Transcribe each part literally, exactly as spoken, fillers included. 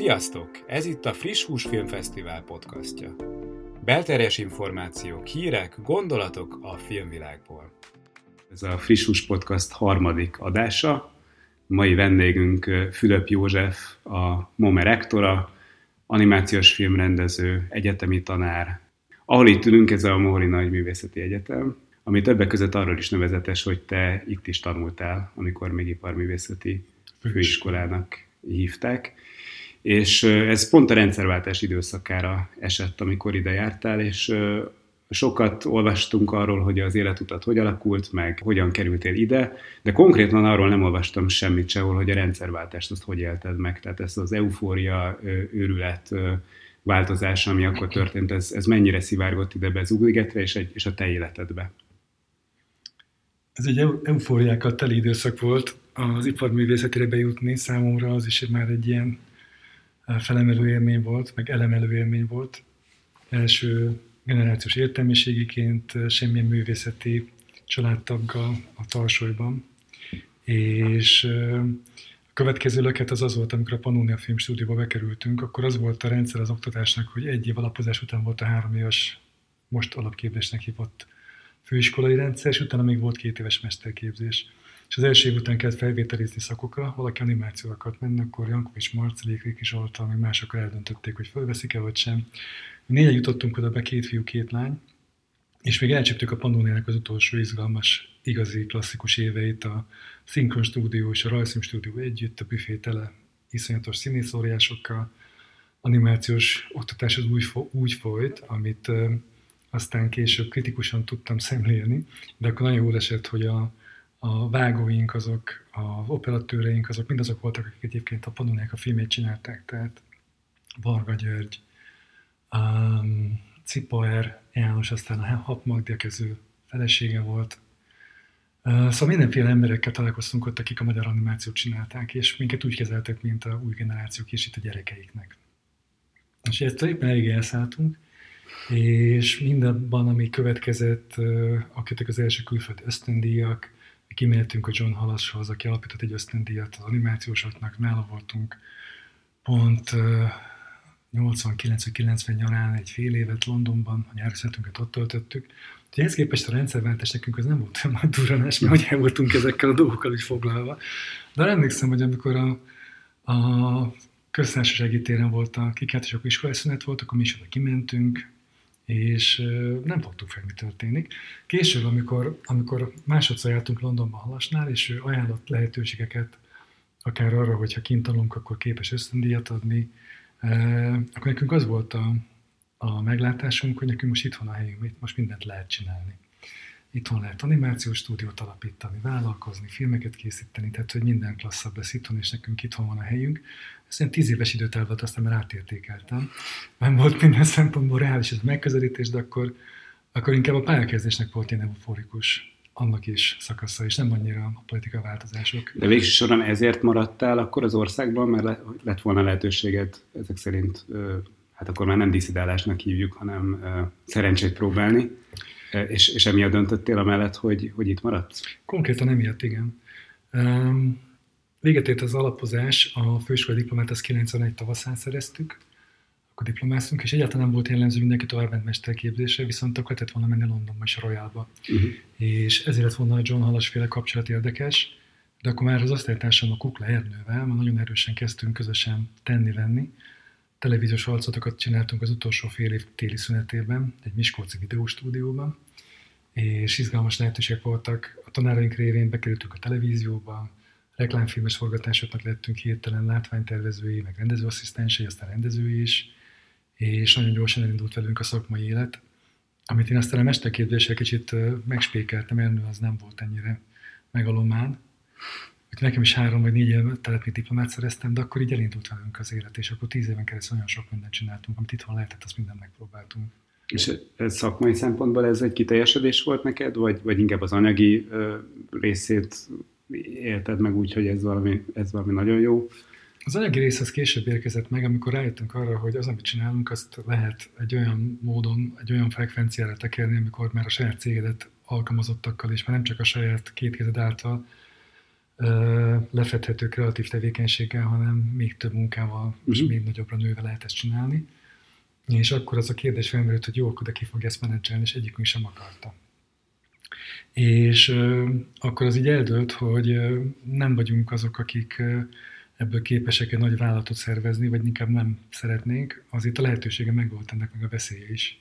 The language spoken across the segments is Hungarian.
Sziasztok! Ez itt a Friss Hús Filmfesztivál podcastja. Belterjes információk, hírek, gondolatok a filmvilágból. Ez a Friss Hús podcast harmadik adása. Mai vendégünk Fülöp József, a MOME rektora, animációs filmrendező, egyetemi tanár. Ahol itt ülünk, ez a Moholi Nagyművészeti Egyetem, ami többek között arról is nevezetes, hogy te itt is tanultál, amikor még iparművészeti főiskolának hívták. És ez pont a rendszerváltás időszakára esett, amikor ide jártál, és sokat olvastunk arról, hogy az életutat hogy alakult, meg hogyan kerültél ide, de konkrétan arról nem olvastam semmit sehol, hogy a rendszerváltást azt hogy élted meg. Tehát ez az eufória, őrület változás, ami akkor történt, ez, ez mennyire szivárgott ide be Zugligetre és, egy, és a te életedbe? Ez egy eufóriákkal teli időszak volt. Az iparművészetére bejutni számomra az is már egy ilyen felemelő élmény volt, meg elemelő élmény volt. Első generációs értelmiségiként, semmilyen művészeti családtaggal a Tarsolyban. És a következő löket az az volt, amikor a Pannonia Filmstúdióba bekerültünk, akkor az volt a rendszer az oktatásnak, hogy egy év alapozás után volt a három éves, most alapképzésnek hívott főiskolai rendszer, és utána még volt két éves mesterképzés. És az első év után kellett felvételizni szakokra, valaki animáció akart menni, akkor Jankovics Marcelék, Réki Zsoltal, még másokkal eldöntötték, hogy fölveszik-e vagy sem. Négyen jutottunk oda be, két fiú, két lány, és még elcsíptük a Pannoniának az utolsó izgalmas, igazi, klasszikus éveit, a Szinkron stúdió és a Rajzfilm stúdió együtt, a büfé tele iszonyatos színészóriásokkal. Animációs oktatás az úgy, úgy folyt, amit uh, aztán később kritikusan tudtam szemlélni, de akkor nagyon jól esett, hogy a A vágóink, azok, az operatőreink, azok mindazok voltak, akik egyébként a Pannoniának a filmét csinálták, tehát Varga György, um, Cipaer János, aztán a Hap Magdi, aki az ő felesége volt. Uh, szóval mindenféle emberekkel találkoztunk ott, akik a magyar animációt csinálták, és minket úgy kezeltek, mint a új generációk és itt a gyerekeiknek. És ezt éppen elég elszálltunk, és mindenben, ami következett, uh, akitek az első külföldi ösztöndíjak, kimehetünk a John Halashoz, aki alapított egy ösztöndíjat az animációsoknak, nála voltunk pont uh, nyolcvankilenc kilencven nyarán egy fél évet Londonban, a nyári szünetünket ott töltöttük. Úgyhogy ehhez képest a rendszerváltás nekünk az nem volt olyan nagy durranás, mert hogy el voltunk ezekkel a dolgokkal is foglalva. De emlékszem, hogy amikor a, a köztársasági téren volt a kikát és akkor iskolai szünet volt, akkor mi is oda kimentünk, és nem tudtuk fel, mi történik. Később, amikor, amikor másodszor jártunk Londonban Halasnál, és ő ajánlott lehetőségeket, akár arra, hogyha kint tanulunk, akkor képes ösztöndíjat adni, akkor nekünk az volt a, a meglátásunk, hogy nekünk most itt van a helyünk, itt most mindent lehet csinálni. Itthon lehet animációs stúdiót alapítani, vállalkozni, filmeket készíteni, tehát hogy minden klasszabb lesz itthon, és nekünk itthon van a helyünk. Ez ilyen tíz éves időt elvett, aztán már átértékeltem. Nem volt minden szempontból reális ez a megközelítés, de akkor, akkor inkább a pályakezdésnek volt ilyen euforikus, annak is szakasza, és nem annyira a politika változások. De végső soron ezért maradtál akkor az országban, mert lett volna lehetőséged ezek szerint, hát akkor már nem disszidálásnak hívjuk, hanem szerencsét próbálni. És, és emiatt döntöttél amellett, hogy, hogy itt maradsz? Konkrétan emiatt, igen. Um, véget ért az alapozás, a főiskolai diplomát az kilencvenegy tavaszán szereztük, akkor diplomáztunk, és egyáltalán nem volt jellemző, mindenki továbbment mesterképzésre, viszont akkor lehetett volna menni Londonba és a Royalba. Uh-huh. És ezért lett volna a John Halas-féle kapcsolat érdekes, de akkor már az osztálytársam a Kukla Ernővel, már nagyon erősen kezdtünk közösen tenni-venni. Televíziós arcotokat csináltunk az utolsó fél év téli szünetében, egy miskolci videóstúdióban, és izgalmas lehetőségek voltak. A tanáraink révén bekerültünk a televízióba, reklámfilmes forgatásoknak lettünk hirtelen látványtervezői, meg rendezőasszisztensei, aztán rendezői is, és nagyon gyorsan elindult velünk a szakmai élet, amit én aztán a mesterképzéssel kicsit megspékeltem, Ernő az nem volt ennyire megalomán. Úgyhogy nekem is három vagy négy év telep diplomát szereztem, de akkor így elindult velünk az élet, és akkor tíz éven keresztül olyan sok mindent csináltunk, amit itthon lehetett, azt mindent megpróbáltunk. És ez szakmai szempontból ez egy kiteljesedés volt neked, vagy, vagy inkább az anyagi ö, részét élted meg úgy, hogy ez valami, ez valami nagyon jó? Az anyagi rész az később érkezett meg, amikor rájöttünk arra, hogy az, amit csinálunk, azt lehet egy olyan módon, egy olyan frekvenciára tekerni, amikor már a saját cégedet alkalmazottakkal, és már nem csak a saját két kezed által lefedhető kreatív tevékenységgel, hanem még több munkával, uh-huh. és még nagyobbra nőve lehet ezt csinálni. És akkor az a kérdés felmerült, hogy jó, akkor de ki fog ezt menedzselni, és egyikünk sem akarta. És euh, akkor az így eldőlt, hogy euh, nem vagyunk azok, akik euh, ebből képesek egy nagy vállalatot szervezni, vagy inkább nem szeretnénk, azért a lehetősége megvolt ennek, meg a veszélye is.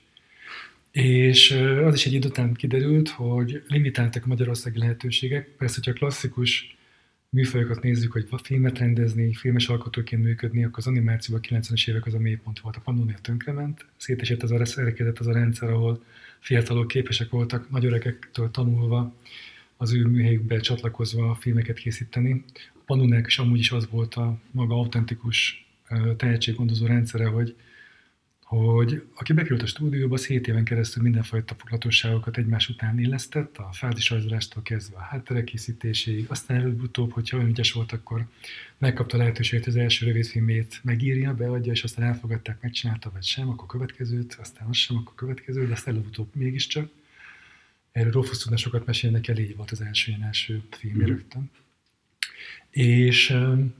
És euh, az is egy idő után kiderült, hogy limitáltak a magyarországi lehetőségek. Persze, hogyha klasszikus műfajokat nézzük, hogy filmet rendezni, filmes alkotóként működni, akkor az animációban a kilencvenes évek az a mélypont volt. A Pannónia tönkrement, szétesett az a szerkezet, az a rendszer, ahol fiatalok képesek voltak, nagy öregektől tanulva, az ő műhelyükbe csatlakozva a filmeket készíteni. A Pannóniának is amúgy is az volt a maga autentikus tehetséggondozó rendszere, hogy hogy aki bekerült a stúdióba, az hét éven keresztül mindenfajta foglalatosságokat egymás után illesztett, a fázisrajzolástól kezdve a hátterek készítéséig, aztán előbb-utóbb, hogyha olyan ügyes volt, akkor megkapta a lehetőséget az első rövidfilmét megírja, beadja, és aztán elfogadták, megcsinálta, vagy sem, akkor következőt, aztán az sem, akkor következő, de aztán előbb-utóbb mégiscsak. Erről Rófusz tudna sokat mesélni, neki így volt az első ilyen első filmje rögtön. És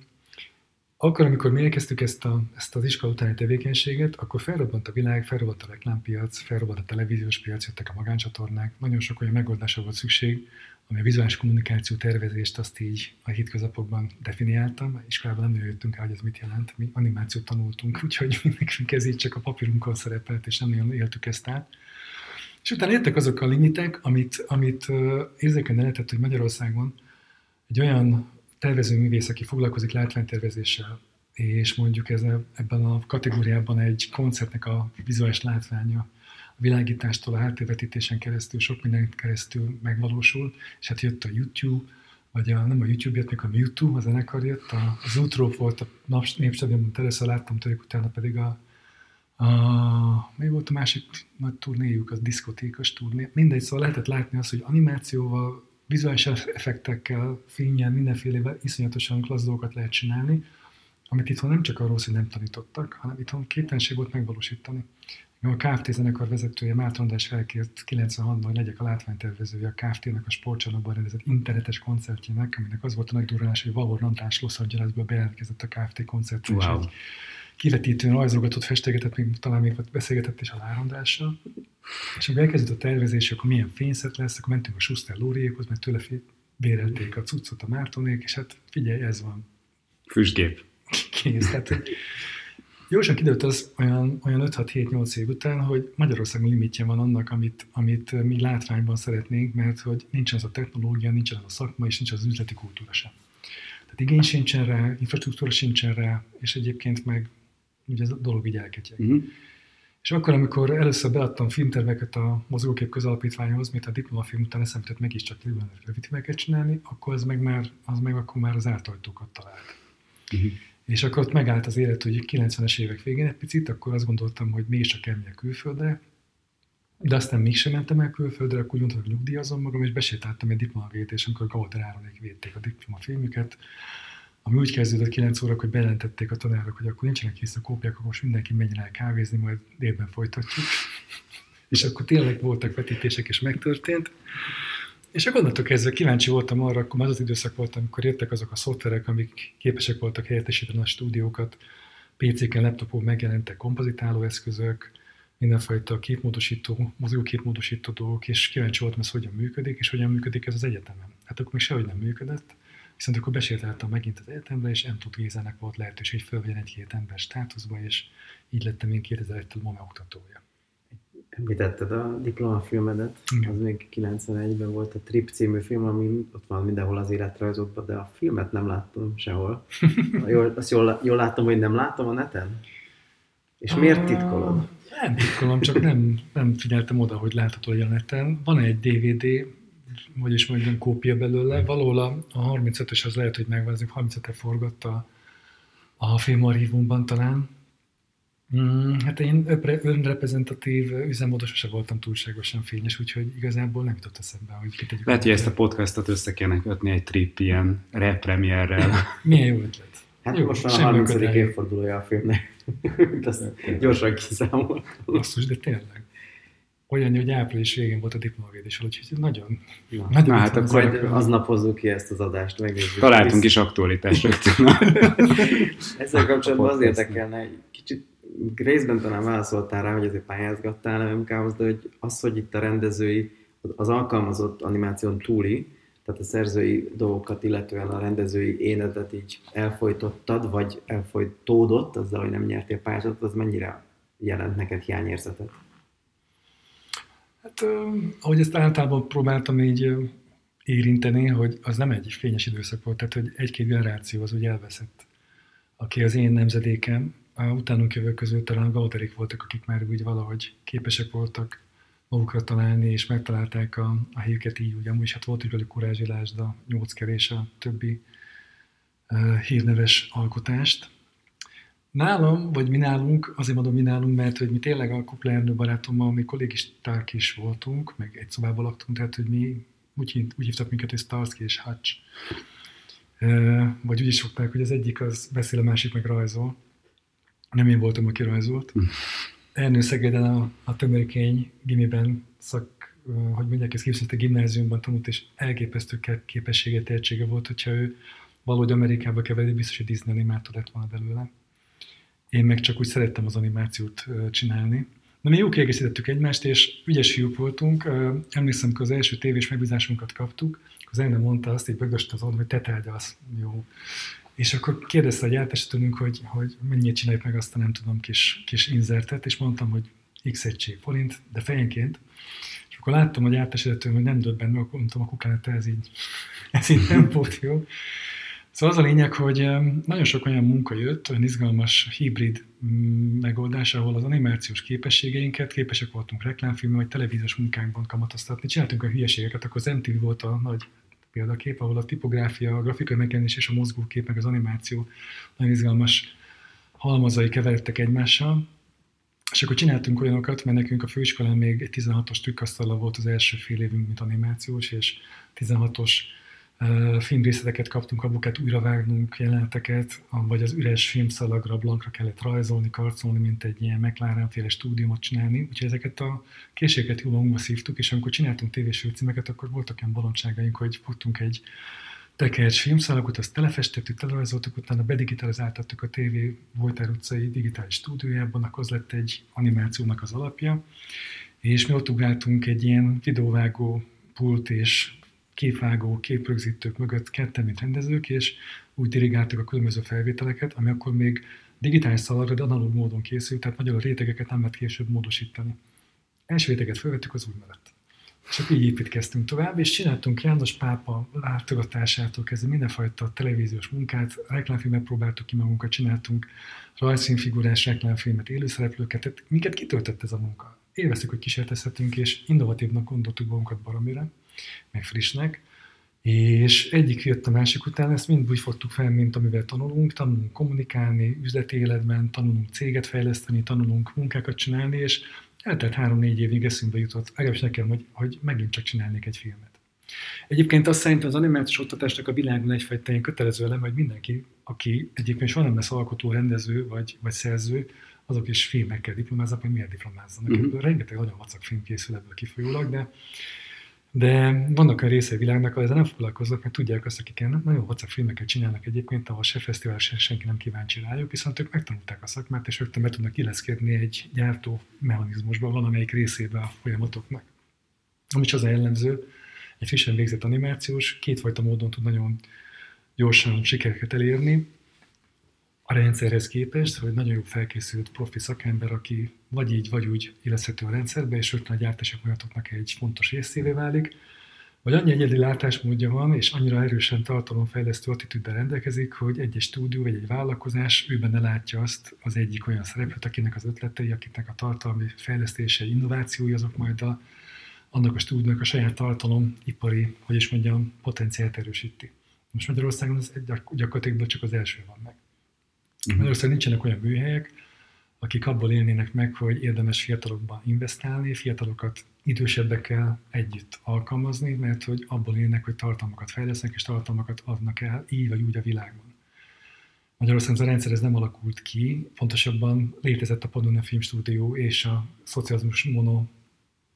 akkor, amikor mi elkezdtük ezt, a, ezt az iskola utáni tevékenységet, akkor felrobbant a világ, felrobbant a reklámpiac, felrobbant a televíziós piac, jöttek a magáncsatornák, nagyon sok olyan megoldásra volt szükség, ami a vizuális kommunikáció tervezést azt így a hétköznapokban definiáltam. Iskolában nem jöttünk rá, hogy ez mit jelent, mi animációt tanultunk, úgyhogy nekünk ez így csak a papírunkon szerepelt, és nem nagyon éltük ezt át. És utána jöttek azok a limitek, amit, amit uh, érzékelni lehetett, hogy Magyarországon egy olyan tervezőművész, aki foglalkozik látványtervezéssel, és mondjuk ez, ebben a kategóriában egy koncertnek a vizuális látványa, a világítástól a háttérvetítésen keresztül, sok minden keresztül megvalósul, és hát jött a YouTube, vagy a, nem a YouTube jött, mikor a Mewtwo, a zenekar jött, a Zootrope volt a Népstadionban, először láttam tőlük, utána pedig a, a mi volt a másik nagy turnéjuk, az diszkotékos turné. Mindegy, szóval lehetett látni azt, hogy animációval, vizuális effektekkel, fénnyel, mindenféle iszonyatosan klassz dolgokat lehet csinálni, amit itthon nem csak arról, hogy nem tanítottak, hanem itthon képtelenség volt megvalósítani. A ká ef té zenekar vezetője Mátr András felkért kilencvenhatban, hogy legyek a látványtervezője a ká ef té-nek a sportcsarnokban rendezett internetes koncertjének, aminek az volt a nagy durrás, hogy Vavor András Los Angelesből bejelentkezett a ká ef té koncertre, wow. És egy kivetítően rajzolgatott, festegetett, még, talán még beszélgetett is a Lár Andrással. És amikor elkezdett a tervezés, akkor milyen fényszert lesz, akkor mentünk a Schuster Lóriékhoz, mert tőle bérelték a cuccot a Mártonék, és hát figyelj, ez van. Füstgép. Kész. Tehát, jósan kiderült az olyan, olyan öt-hat-hét-nyolc év után, hogy Magyarországon limitje van annak, amit, amit mi látványban szeretnénk, mert hogy nincsen az a technológia, nincsen az a szakma, és nincs az üzleti kultúra sem. Tehát igény sincsen rá, infrastruktúra sincsen rá, és egyébként meg ugye ez a dolog így elketyeg. Uh-huh. És akkor, amikor először beadtam filmterveket a Mozgókép Közalapítványhoz, mint a diplomafilm után eszembe jutott, mégiscsak rövidfilmeket csinálni, akkor az meg már, az meg akkor már az ártajtókat talált. Uh-huh. És akkor ott megállt az élet, hogy kilencvenes évek végén egy picit, akkor azt gondoltam, hogy mégiscsak elmegyek külföldre, de aztán mégsem mentem el külföldre, akkor úgy mondtam, hogy nyugdíjazom magam, és besétáltam egy diplomavétés, amikor Gauder Áronék védték a diplomafilmüket. Ami úgy kezdődött kilenc óra, hogy bejelentették a tanárok, hogy akkor nincsenek kész a kópiák, akkor most mindenki menjen el kávézni, majd délben folytatjuk. És akkor tényleg voltak vetítések, és megtörtént. És akkor onnantól kezdve kíváncsi voltam arra, akkor már az időszak volt, amikor jöttek azok a szoftverek, amik képesek voltak helyettesíteni a stúdiókat. pé céken, laptopon megjelentek kompozitáló eszközök, mindenfajta képmódosító, mozgóképmódosító dolgok, és kíváncsi voltam, ez hogyan működik, és hogyan működik ez az egyetemen. Hát akkor még sehogy nem működött. Viszont akkor besétáltam megint az egyetemre, és M. Tóth Gézának volt lehetőség, hogy fölvegyen egy-két ember státuszba, és így lettem én kétezer-egytől MOME oktatója. Említetted a diplomafilmedet, az még kilencvenegyben volt a Trip című film, ami ott van mindenhol az életrajzokban, de a filmet nem láttam sehol. Jól, azt jól, jól láttam, hogy nem látom a neten? És miért titkolod? Uh, nem titkolom, csak nem, nem figyeltem oda, hogy látható legyen a neten. Van egy dé vé dé, vagyis mondjam, kópia belőle. Valahol a, a harmincötös az lehet, hogy megvan, azért harmincötre forgott a, a filmarchívumban talán. Mm, hát én önreprezentatív üzemmódos sosem voltam túlságosan fényes, úgyhogy igazából nem jutott eszembe, hogy kitegyük. Lehet, hogy ezt a podcastot össze kéne kötni egy trip ilyen rap-premierrel. Milyen jó ötlet. Hát jó, most van a harmincadik évfordulója a filmnek. Azt gyorsan kiszámoltam. Basszus, de tényleg. olyan, hogy április végén volt a diplomavédés, úgyhogy nagyon, Na, nagyon na hát van akkor az Majd aznap hozzuk ki ezt az adást, megnézzük. találtunk is aktualitást rögtön. Ezzel kapcsolatban az érdekelne, egy kicsit részben talán válaszoltál rá, hogy ezért pályázgattál em em ká-hoz, de hogy az, hogy itt a rendezői, az alkalmazott animáción túli, tehát a szerzői dolgokat, illetően a rendezői énedet így elfojtottad, vagy elfojtódott azzal, hogy nem nyertél pályázatot, az mennyire jelent neked hiányérzetet? Hát, ahogy ezt általában próbáltam így érinteni, hogy az nem egy fényes időszak volt, tehát hogy egy-két generáció az úgy elveszett, aki az én nemzedékem, a utánunk jövők közül talán Gauderik voltak, akik már úgy valahogy képesek voltak magukra találni, és megtalálták a, a helyüket így, ugye amúgy is hát volt úgy velük Kurázsi Lásd, a Nyolckerés, a többi uh, hírneves alkotást. Nálam, vagy mi nálunk, azért mondom mi nálunk, mert hogy mi tényleg a Kukla Ernő barátommal, mi kollégisták is voltunk, meg egy szobában laktunk, tehát hogy mi úgy, úgy hívtak minket, hogy Starsky és Hutch. Uh, vagy úgy is fogták, hogy az egyik az beszél, a másik meg rajzol. Nem én voltam, aki rajzolt. Ernő Szegeden a, a Tömörkény gimiben szak, uh, hogy mondják, ez képzett a gimnáziumban tanult, és elképesztő képessége, tehetsége volt, hogyha ő valahogy Amerikába keveredik, biztos, hogy Disney animátor lett volna belőle. Én meg csak úgy szerettem az animációt uh, csinálni. Na, mi jó kiegészítettük egymást, és ügyes fiúk voltunk. Uh, emlékszem, hogy az első tévés megbízásunkat kaptuk, az Ernő mondta azt, így bögdöste az oldal, hogy te tárgyalsz. Jó. És akkor kérdezte a gyártásítónünk, hogy, hogy mennyit csináljuk meg azt a nem tudom kis, kis inzertet, és mondtam, hogy x egység forint, de fejenként. És akkor láttam a gyártásítónk, hogy nem döbben, mert akkor mondtam, a Kukánál, ez így, ez így nem volt jó. Szóval az a lényeg, hogy nagyon sok olyan munka jött, olyan izgalmas hibrid megoldás, ahol az animációs képességeinket képesek voltunk reklámfilm vagy televíziós munkánkban kamatoztatni. Csináltunk a hülyeségeket, akkor az em té vé volt a nagy példakép, ahol a tipográfia, a grafikai megjelenés és a mozgókép, meg az animáció nagyon izgalmas halmazai keveredtek egymással. És akkor csináltunk olyanokat, mert nekünk a főiskolán még egy tizenhatos trükkasztallal volt az első fél évünk, mint animációs, és tizenhatos uh, filmrészleteket kaptunk, abukat újra vágnunk, jeleneteket, vagy az üres filmszalagra, blankra kellett rajzolni, karcolni, mint egy ilyen McLaren-féle stúdiumot csinálni. Úgyhogy ezeket a készségeket jól magunkba szívtuk, és amikor csináltunk tévés címeket, akkor voltak olyan bolondságaink, hogy fogtunk egy tekercs filmszalagot, azt telefestettük, telerajzoltuk, utána bedigitalizáltattuk a té vé Voltaire utcai digitális stúdiójában, akkor az lett egy animációnak az alapja, és mi ott ugráltunk egy ilyen videóvágó pult és képvágó, képrögzítők mögött ketten, mint rendezők, és úgy dirigáltuk a különböző felvételeket, ami akkor még digitális szalagra, de analóg módon készült, tehát magyarul a rétegeket nem lehet később módosítani. Első réteget felvettük, az úgy maradt. És akkor így építkeztünk tovább, és csináltunk János pápa látogatásától kezdve mindenfajta televíziós munkát, reklámfilmet próbáltuk ki magunkat, csináltunk rajzfilmfigurás reklámfilmet, élőszereplőket, tehát minket kitöltött ez a munka. Élveztük, hogy kísérletezhetünk, és innovatívnak gondoltuk magunkat baromira, meg frissnek, és egyik jött a másik után, ezt mind úgy fogtuk fel, mint amivel tanulunk, tanulunk kommunikálni, üzleti életben, tanulunk céget fejleszteni, tanulunk munkákat csinálni, és eltelt három-négy évig eszünkbe jutott, legalábbis nekem, hogy, hogy megint csak csinálnék egy filmet. Egyébként azt szerintem az animációs oktatásnak a világon egyfajta ilyen kötelező elem, hogy mindenki, aki egyébként soha nem lesz alkotó, rendező vagy, vagy szerző, azok is filmekkel diplomáznak, hogy miért diplomázzanak. Uh-huh. Rengeteg nagyon vacak film készül ebből kifolyólag, de, de vannak a részei világnak, ahol ezzel nem foglalkoznak, mert tudják azt, akik nagyon vacak filmeket csinálnak egyébként, ahol se fesztivál, se senki nem kíváncsi rájuk, viszont ők megtanulták a szakmát, és rögtön be tudnak illeszkedni egy gyártó mechanizmusban, valamelyik részébe a folyamatoknak. Ami is az a jellemző, egy frissen végzett animációs kétfajta módon tud nagyon gyorsan sikereket elérni. A rendszerhez képest, hogy nagyon jó felkészült profi szakember, aki vagy így, vagy úgy illeszhető a rendszerbe, és rögtön a gyártási folyamatoknak egy fontos részévé válik, vagy annyi egyedi látásmódja van, és annyira erősen tartalomfejlesztő attitűddel rendelkezik, hogy egy-egy stúdió vagy egy vállalkozás ő benne látja azt az egyik olyan szereplőt, akinek az ötletei, akinek a tartalmi fejlesztése, innovációi, azok majd a, annak a stúdiónak a saját tartalomipari, hogy is mondjam, potenciált erősíti. Most Magyarországon ez gyakorlatilag csak az első van meg. Uh-huh. Magyarországon nincsenek olyan műhelyek, akik abból élnének meg, hogy érdemes fiatalokban investálni, fiatalokat idősebbekkel együtt alkalmazni, mert hogy abból élnek, hogy tartalmakat fejlesznek és tartalmakat adnak el így vagy úgy a világban. Magyarországon ez a rendszer ez nem alakult ki, pontosabban létezett a Padona Filmstúdió és a Szocializmus Mono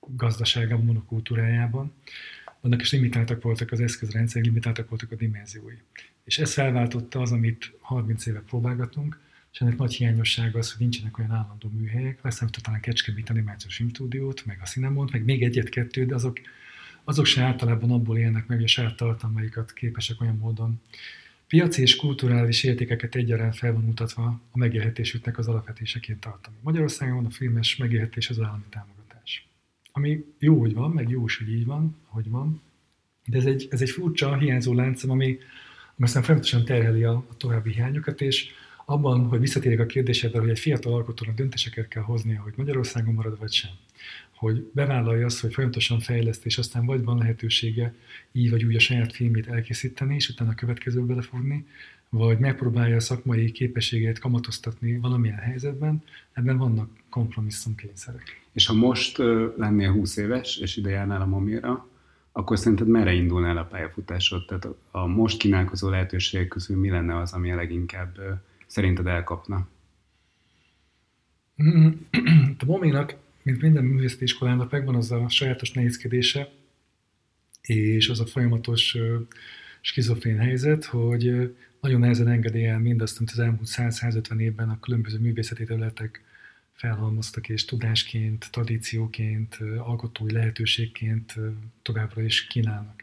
gazdaságában, monokultúrájában. Annak is limitáltak voltak az eszközrendszerek, limitáltak voltak a dimenziói. És ez felváltotta az, amit harminc éve próbálgatunk, és ennek nagy hiányossága az, hogy nincsenek olyan állandó műhelyek. Leszámítva talán Kecskemét Animációs Filmstúdiót, meg a Cinemont, meg még egyet-kettőt, de azok, azok se általában abból élnek meg, hogy a saját tartalmaikat képesek olyan módon piaci és kulturális értékeket egyaránt fel van mutatva a megélhetésüknek az alapvetéseként tartani. Magyarországon van a filmes megélhetés az állami támogatás. Ami jó, hogy van, meg jó is, hogy így van, hogy van, de ez egy, ez egy furcsa, hiányzó láncem, ami, ami aztán folyamatosan terheli a, a további hiányokat, és abban, hogy visszatérjek a kérdésedre, hogy egy fiatal alkotónak döntéseket kell hoznia, hogy Magyarországon marad vagy sem. Hogy bevállalja azt, hogy folyamatosan fejleszt, és aztán vagy van lehetősége így vagy úgy a saját filmét elkészíteni, és utána a következőbe belefogni, vagy megpróbálja a szakmai képességeit kamatoztatni valamilyen helyzetben, ebben vannak kompromisszumkényszerek. És ha most uh, lennél húsz éves, és ide járnál a Momira, akkor szerinted merre indulnál a pályafutásod? Tehát a most kínálkozó lehetőségek közül mi lenne az, ami a leginkább uh, szerinted elkapna? A Mominak, mint minden művészeti iskolának megvan az a sajátos nehézkedése, és az a folyamatos uh, skizofrén helyzet, hogy uh, nagyon nehezen engedélyel mindazt, amit az elmúlt száz-százötven évben a különböző művészeti területek felhalmoztak, és tudásként, tradícióként, uh, alkotói lehetőségként uh, továbbra is kínálnak.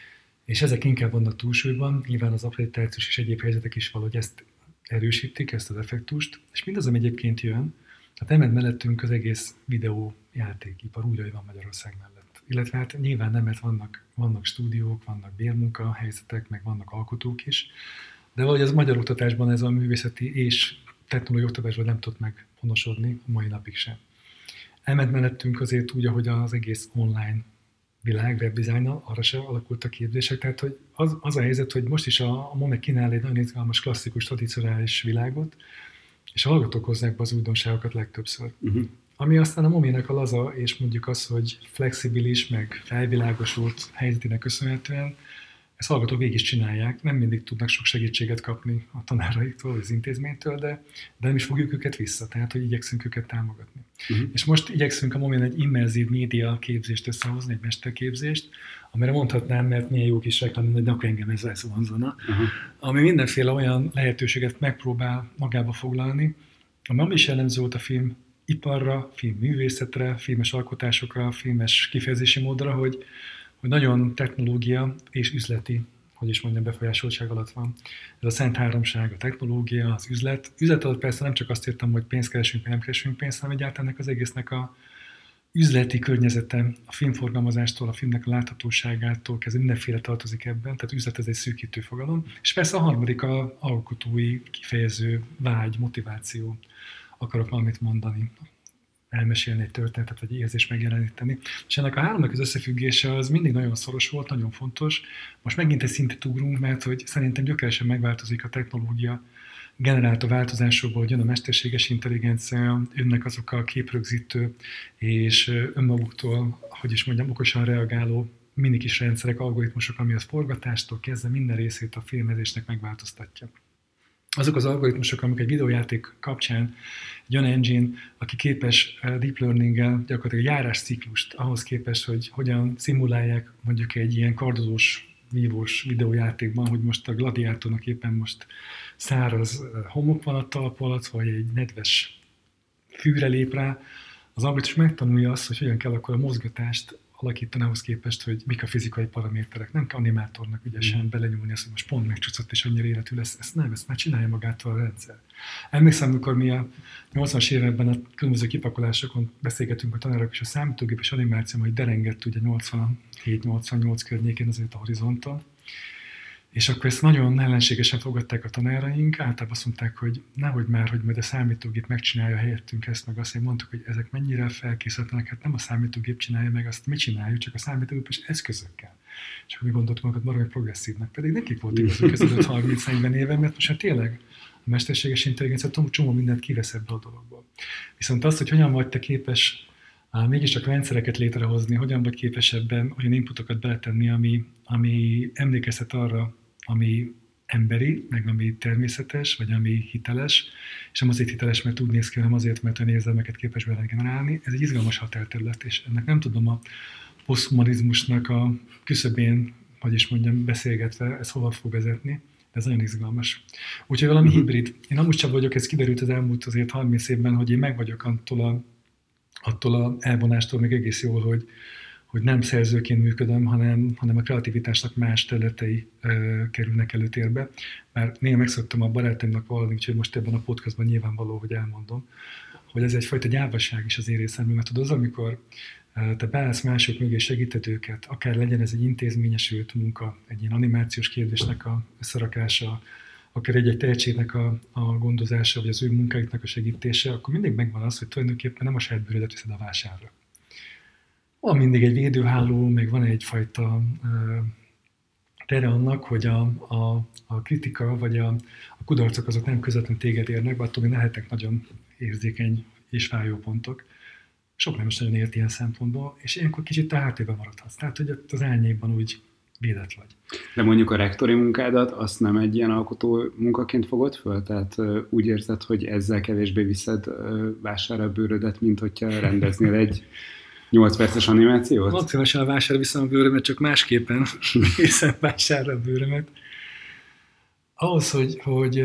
És ezek inkább vannak túlsúlyban, nyilván az akkreditációs és egyéb helyzetek is valahogy ezt erősítik, ezt az effektust, és mindaz, ami egyébként jön, hát emelt mellettünk az egész videójátékipar úgy, hogy van Magyarország mellett. Illetve hát nyilván nem, mert vannak, vannak stúdiók, vannak bérmunkahelyzetek, meg vannak alkotók is, de valahogy az magyar oktatásban ez a művészeti és technológiai oktatásban nem tudott meghonosodni a mai napig sem. Emelt mellettünk azért úgy, ahogy az egész online világ, webdesignnal, arra se alakultak képzések, tehát hogy az, az a helyzet, hogy most is a, a MOME kínál egy nagyon izgalmas, klasszikus, tradicionális világot, és a hallgatók hozzák be az újdonságokat legtöbbször. Uh-huh. Ami aztán a Momének a laza, és mondjuk az, hogy flexibilis, meg felvilágosult helyzetének köszönhetően, ezt hallgatók végig is csinálják, nem mindig tudnak sok segítséget kapni a tanáraiktól, vagy az intézménytől, de, de nem is fogjuk őket vissza, tehát hogy igyekszünk őket támogatni. Uh-huh. És most igyekszünk a Momén egy immerzív média képzést összehozni, egy mesterképzést, amire mondhatnám, mert milyen jó kis reklám, hogy akkor engem ez lesz vonzana, uh-huh. ami mindenféle olyan lehetőséget megpróbál magába foglalni, ami nem is jellemző volt a film iparra, filmművészetre, filmes alkotásokra, filmes kifejezési módra, hogy hogy nagyon technológia és üzleti, hogy is mondjam, befolyásoltság alatt van. Ez a szent háromság, a technológia, az üzlet. Üzlet alatt persze nem csak azt értem, hogy pénzt keresünk, vagy nem keresünk pénzt, hanem egyáltalán ennek az egésznek a üzleti környezete, a filmforgalmazástól, a filmnek a láthatóságától kezdve mindenféle tartozik ebben, tehát üzlet ez egy szűkítő fogalom. És persze a harmadik a alkotói kifejező vágy, motiváció. Akarok valamit mondani, elmesélni egy történetet, vagy érzést megjeleníteni. És ennek a háromnak az összefüggése az mindig nagyon szoros volt, nagyon fontos. Most megint egy szintet ugrunk, mert hogy szerintem gyökeresen megváltozik a technológia generálta változásokból, hogy jön a mesterséges intelligencia, jönnek azok a képrögzítő és önmaguktól, hogy is mondjam, okosan reagáló mini kis rendszerek, algoritmusok, ami az forgatástól kezdve minden részét a filmezésnek megváltoztatja. Azok az algoritmusok, amik egy videójáték kapcsán egy olyan engine, aki képes deep learning-gel gyakorlatilag a járásciklust ahhoz képest, hogy hogyan szimulálják mondjuk egy ilyen kardozós, vívós videójátékban, hogy most a gladiátornak éppen most száraz homok van a talp alatt, vagy egy nedves fűre lép rá, az algoritmus megtanulja azt, hogy hogyan kell akkor a mozgatást alakítani ahhoz képest, hogy mik a fizikai paraméterek. Nem kell animátornak ügyesen mm. belenyúlni azt, hogy most pont megcsúszott és annyira életű lesz. Ezt nem, ezt már csinálja magától a rendszer. Emlékszem, amikor mi a nyolcvanas években a különböző kipakolásokon beszélgetünk a tanárok, és a számítógép és animáció majd derengett ugye nyolcvanhét nyolcvannyolc környékén azért a horizonton. És akkor ezt nagyon ellenségesen fogadták a tanáraink, általában azt mondták, hogy nehogy már, hogy majd a számítógép megcsinálja helyettünk ezt, meg azt, hogy mondtuk, hogy ezek mennyire felkészültenek, hát nem a számítógép csinálja meg, azt mi csináljuk, csak a számítógép és eszközökkel. És akkor mi gondoltuk magunkat maradni progresszívnak, pedig nekik volt igazuk ezelőtt harminc-negyven éve, mert most hát tényleg a mesterséges intelligencia csomó mindent kivesz ebből a dologból. Viszont azt, hogy hogyan vagy te képes mégiscsak rendszereket létrehozni, hogyan vagy képes ebben olyan inputokat beletenni, ami, ami emlékeztet arra, ami emberi, meg ami természetes, vagy ami hiteles, és nem azért hiteles, mert úgy néz ki, hanem azért, mert olyan érzelmeket képes vele generálni. Ez egy izgalmas határterület, és ennek nem tudom a poszthumanizmusnak a küszöbén, hogy is mondjam, beszélgetve, ez hova fog vezetni, de ez nagyon izgalmas. Úgyhogy valami uh-huh. hibrid. Én amúgy sem vagyok, ez kiderült az elmúlt azért harminc évben, hogy én meg vagyok attól a, attól a elvonástól még egész jól, hogy, hogy nem szerzőként működöm, hanem, hanem a kreativitásnak más területei ö, kerülnek előtérbe. Mert néha megszoktam a barátaimnak valami, úgyhogy most ebben a podcastban nyilvánvaló, hogy elmondom, hogy ez egyfajta gyávaság is az én részemről, mert tudod, az, amikor te beállsz mások mögé, segíted őket, akár legyen ez egy intézményesült munka, egy ilyen animációs kérdésnek a összerakása, akár egy-egy tehetségnek a, a gondozása, vagy az ő munkáiknak a segítése, akkor mindig megvan az, hogy tulajdonképpen nem a saját bőrödet viszed a vásárra. Van mindig egy védőháló, meg van egyfajta uh, tere annak, hogy a, a, a kritika, vagy a, a kudarcok azok nem közvetlenül téged érnek, attól még lehetnek nagyon érzékeny és fájó pontok. Sok nem is nagyon ért ilyen szempontból, és ilyenkor kicsit te háttérben maradhatsz. Tehát, hogy az árnyékban úgy védett vagy. De mondjuk a rektori munkádat, azt nem egy ilyen alkotó munkaként fogod föl? Tehát uh, úgy érzed, hogy ezzel kevésbé viszed uh, vásárra a bőrödet, mint hogyha rendeznél egy nyolc perces animációt? Maximálisan a vásárra viszem a bőrömet, csak másképpen viszem vásárra a bőrömet. Ahhoz, hogy, hogy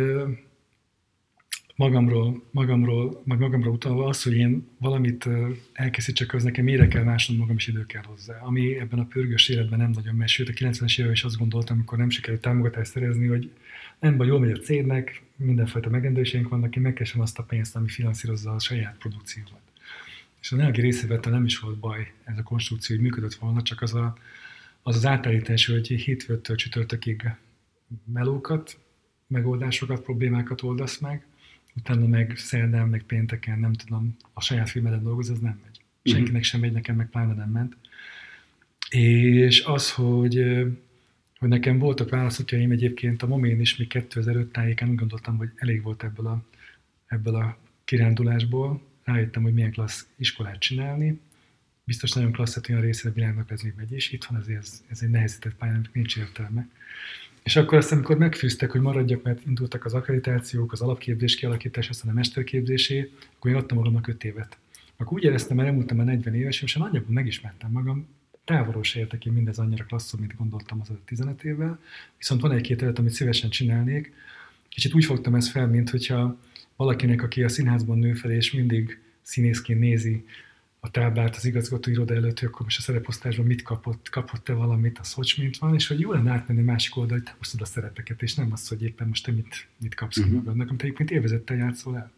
magamról, magamról, meg magamra utalva az, hogy én valamit elkészítsek, az nekem mire kell másnom magam, is idő kell hozzá. Ami ebben a pörgős életben nem nagyon megy. Sőt, a kilencvenes években is azt gondoltam, amikor nem sikerült támogatást szerezni, hogy nem baj, jól megy a cégnek, mindenfajta megendeléseink vannak, én megkeresem azt a pénzt, ami finanszírozza a saját produkciómat. És a anyagi részével nem is volt baj ez a konstrukció, hogy működött volna, csak az a, az, az átállítás, hogy hétfőtől csütörtökig melókat, megoldásokat, problémákat oldasz meg, utána meg szerdán, meg pénteken, nem tudom, a saját filmeden dolgozni, az nem megy. Senkinek sem megy, nekem meg pláne nem ment. És az, hogy, hogy nekem voltak választjaim egyébként a Momén is, még kétezer-öt tájékán úgy gondoltam, hogy elég volt ebből a, ebből a kirándulásból. Rájöttem, hogy milyen klassz iskolát csinálni. Biztos nagyon klassz, hogy olyan része a világnak ez még megy is. Itt van azért ez, ez egy nehezített pályán, nincs értelme. És akkor aztán, amikor megfűztek, hogy maradjak, mert indultak az akkreditációk, az alapképzés kialakítás, aztán a mesterképzésé, akkor én adtam magamnak öt évet. Akkor úgy éreztem, mert elmúltam már negyven éves, és nagyjából megismertem magam. Távolról se értek én mindez annyira klasszul, mint gondoltam az tizenöt évvel. Viszont van egy-két terület, amit szívesen csinálnék. Kicsit úgy fogtam ezt fel, mint hogyha valakinek, aki a színházban nő fel, és mindig színészként nézi a táblát az igazgató iroda előtt, hogy akkor most a szereposztásban mit kapott, kapott-e valamit, az hogy mint van, és hogy jó lenne átmenni a másik oldal, hogy te hoztad a szerepeket, és nem az, hogy éppen most te mit, mit kapsz ki uh-huh. magadnak, amit egyébként élvezettel játszol el.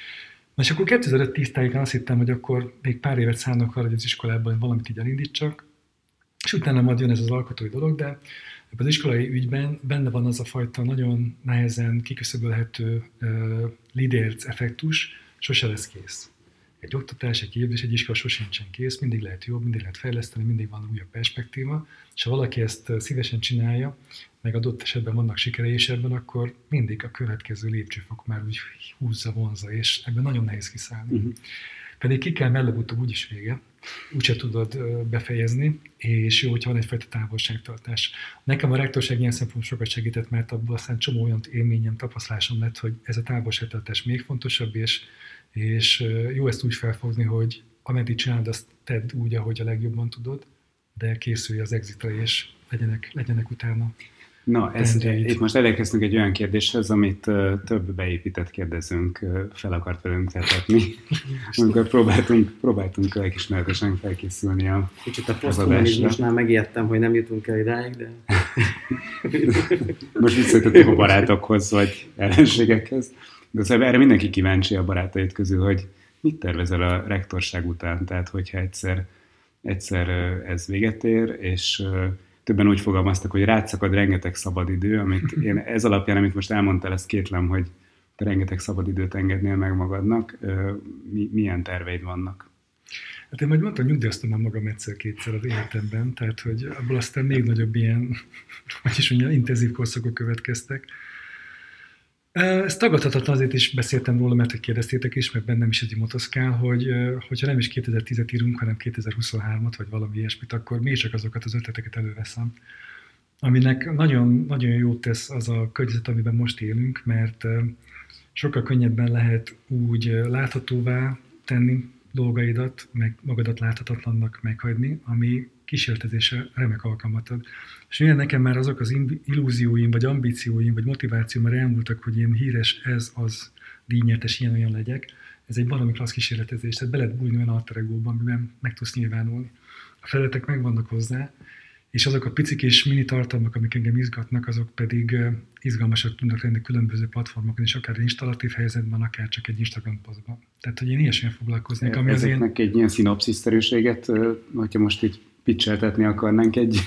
Na és akkor kétezer-öt-tíz tájékán azt hittem, hogy akkor még pár évet szánok arra, hogy az iskolában valamit így elindítsak, és utána majd jön ez az alkotói dolog, de ebben az iskolai ügyben benne van az a fajta nagyon nehezen kiküszöbölhető uh, lidérc effektus, sose lesz kész. Egy oktatás, egy képzés, egy iskola sosincsen kész, mindig lehet jobb, mindig lehet fejleszteni, mindig van újabb perspektíva, és ha valaki ezt szívesen csinálja, meg adott esetben vannak sikerei is ebben, akkor mindig a következő lépcsőfok már úgy húzza, vonza, és ebben nagyon nehéz kiszállni. Uh-huh. Pedig ki kell mellebb-utóbb úgyis vége, úgyse tudod befejezni, és jó, hogyha van egyfajta távolságtartás. Nekem a rektorság ilyen szempontból sokat segített, mert abból aztán csomó olyan élményem, tapasztalásom lett, hogy ez a távolságtartás még fontosabb, és és jó ezt úgy felfogni, hogy ameddig csinálod, azt tedd úgy, ahogy a legjobban tudod, de készülj az exitre, és legyenek, legyenek utána. Na, ez, itt most elérkeztünk egy olyan kérdéshez, amit uh, több beépített kérdezőnk uh, fel akart velünk vetetni, amikor próbáltunk, próbáltunk lelkismeretesen felkészülni a Kicsit a poszthumanizmusnál megijedtem, hogy nem jutunk el idáig, de... Most visszatettük a barátokhoz, vagy ellenségekhez. De szóval erre mindenki kíváncsi a barátaid közül, hogy mit tervezel a rektorság után, tehát hogyha egyszer, egyszer ez véget ér, és többen úgy fogalmaztak, hogy rád szakad rengeteg szabadidő, amit én ez alapján, amit most elmondtál, ezt kétlem, hogy te rengeteg szabadidőt engednél meg magadnak. Mi, milyen terveid vannak? Hát én majd mondtam, nyugdíjaztam már magam egyszer-kétszer az életemben, tehát hogy abból aztán még nagyobb ilyen, vagyis mondjam, intenzív korszakok következtek. Ez tagadhatatlan, azért is beszéltem róla, mert hogy kérdeztétek is, meg bennem is egy motoszkál, hogy hogyha nem is kétezer-tízet írunk, hanem kétezer-huszonhármat, vagy valami ilyesmit, akkor még csak azokat az ötleteket előveszem, aminek nagyon, nagyon jót tesz az a környezet, amiben most élünk, mert sokkal könnyebben lehet úgy láthatóvá tenni dolgaidat, meg magadat láthatatlannak meghagyni, ami kísérletezésre remek alkalmat ad. És mivel nekem már azok az illúzióim, vagy ambícióim, vagy motivációim már elmúltak, hogy én híres, ez az díjnyertes, ilyen olyan legyek, ez egy valami klassz kísérletezés, tehát be lehet bújni olyan alter egóban, amiben meg tudsz nyilvánulni. A feladatok megvannak hozzá, és azok a picik és mini tartalmak, amik engem izgatnak, azok pedig izgalmasak tudnak lenni különböző platformokon, és akár installatív helyzetben, akár csak egy Instagram posztban. Tehát, hogy én ilyesmilyen foglalkoznék. Ami ezeknek az én... egy ilyen szinopszisszerűséget, hogyha most itt pitcheltetni akarnánk egy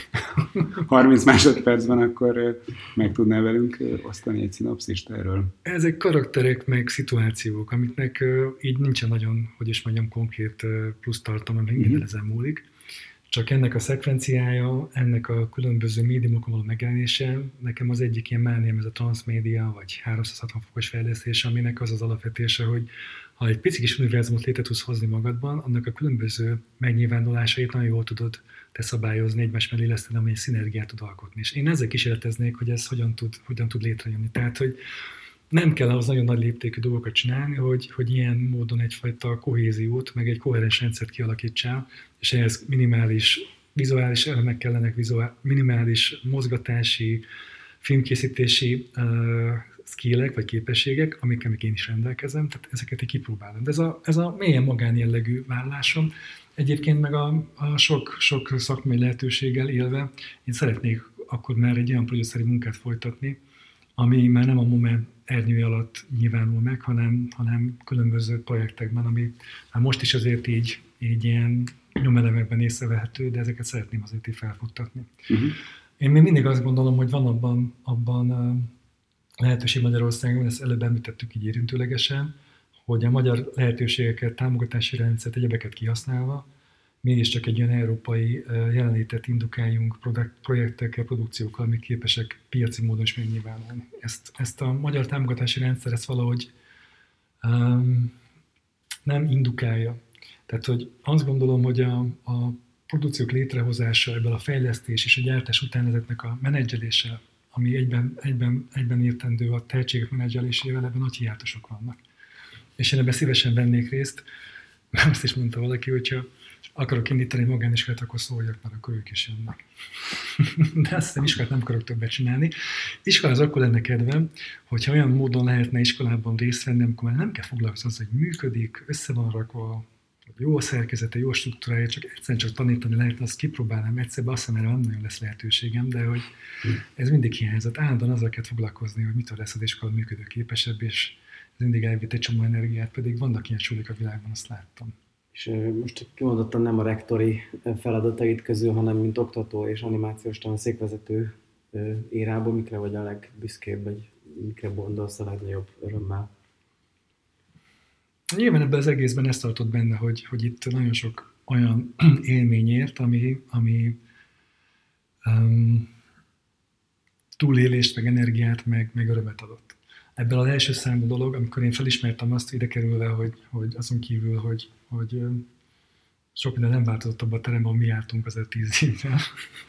harminc másodpercben, akkor meg tudnál velünk osztani egy szinopszist erről? Ezek karakterek, meg szituációk, amiknek így nincsen nagyon, hogy is mondjam, konkrét plusz tartalma, meg minden ezen múlik. Csak ennek a szekvenciája, ennek a különböző médiumokon való megjelenése, nekem az egyik ilyen mániám ez a transmédia, vagy háromszázhatvan fokos fejlesztés, aminek az az alapvetése, hogy ha egy pici kis univerzumot létre tudsz hozni magadban, annak a különböző megnyilvánulásait nagyon jól tudod te szabályozni, egymás mellé illeszteni, amely szinergiát tud alkotni. És én ezzel kísérleteznék, hogy ez hogyan tud, hogyan tud létrejönni. Tehát, hogy nem kell ahhoz nagyon nagy léptékű dolgokat csinálni, hogy, hogy ilyen módon egyfajta kohéziót, meg egy koherens rendszert kialakítsál, és ehhez minimális vizuális elemek kellenek, vizuál, minimális mozgatási, filmkészítési uh, skillek vagy képességek, amikkel még én is rendelkezem, tehát ezeket így kipróbálom. De ez a, ez a mélyen magánjellegű vállásom, egyébként meg a, a sok, sok szakmai lehetőséggel élve, én szeretnék akkor már egy olyan produceri munkát folytatni, ami már nem a MOME ernyője alatt nyilvánul meg, hanem, hanem különböző projektekben, ami hát most is azért így, így ilyen nyomelemekben észrevehető, de ezeket szeretném azért így felfuttatni. Uh-huh. Én még mindig azt gondolom, hogy van abban, abban lehetőség Magyarországon, ezt előbb említettük így érintőlegesen, hogy a magyar lehetőségeket, támogatási rendszert, egyebeket kihasználva, mégiscsak egy olyan európai jelenlétet indukáljunk projektekkel, produkciókkal, amik képesek piaci módon is megnyilvánulni. Ezt, ezt a magyar támogatási rendszer ezt valahogy um, nem indukálja. Tehát, hogy azt gondolom, hogy a, a produkciók létrehozása, ebből a fejlesztés és a gyártás után ezeknek a menedzselése, ami egyben, egyben, egyben értendő a tehetségek menedzselésével, ebben nagy hiátusok vannak. És én ebben szívesen vennék részt, mert azt is mondta valaki, hogyha akarok indítani magániskolát, akkor szóljak, mert akkor ők is jönnek. De azt hiszem, iskolát nem akarok többet csinálni. Iskola az akkor lenne kedvem, hogyha olyan módon lehetne iskolában részt venni, amikor már nem kell foglalkozni az, hogy működik, össze van rakva, jó a szerkezete, jó a struktúrája, csak egyszerűen csak tanítani lehetne, azt kipróbálnám egyszerűen, azt hiszem, erre nem nagyon lesz lehetőségem, de hogy ez mindig hiányzott. Állandóan azzal kell foglalkozni, hogy mitől lesz az iskola működőképesebb, és ez mindig elvitt egy csomó energiát, pedig vannak ilyen sulik a világban, azt láttam. És most kimondottan nem a rektori feladatait közül, hanem mint oktató és animációs tanszékvezető érából, mikre vagy a legbüszkébb, vagy mikre gondolsz a legnagyobb örömmel? Nyilván ebben az egészben ezt tartott benne, hogy, hogy itt nagyon sok olyan élmény ért, ami, ami um, túlélést, meg energiát, meg, meg örömet adott. Ebből az első számú dolog, amikor én felismertem azt ide kerülve, hogy, hogy azon kívül, hogy, hogy sok minden nem változott abban a teremben, ahol mi jártunk azért tíz évvel.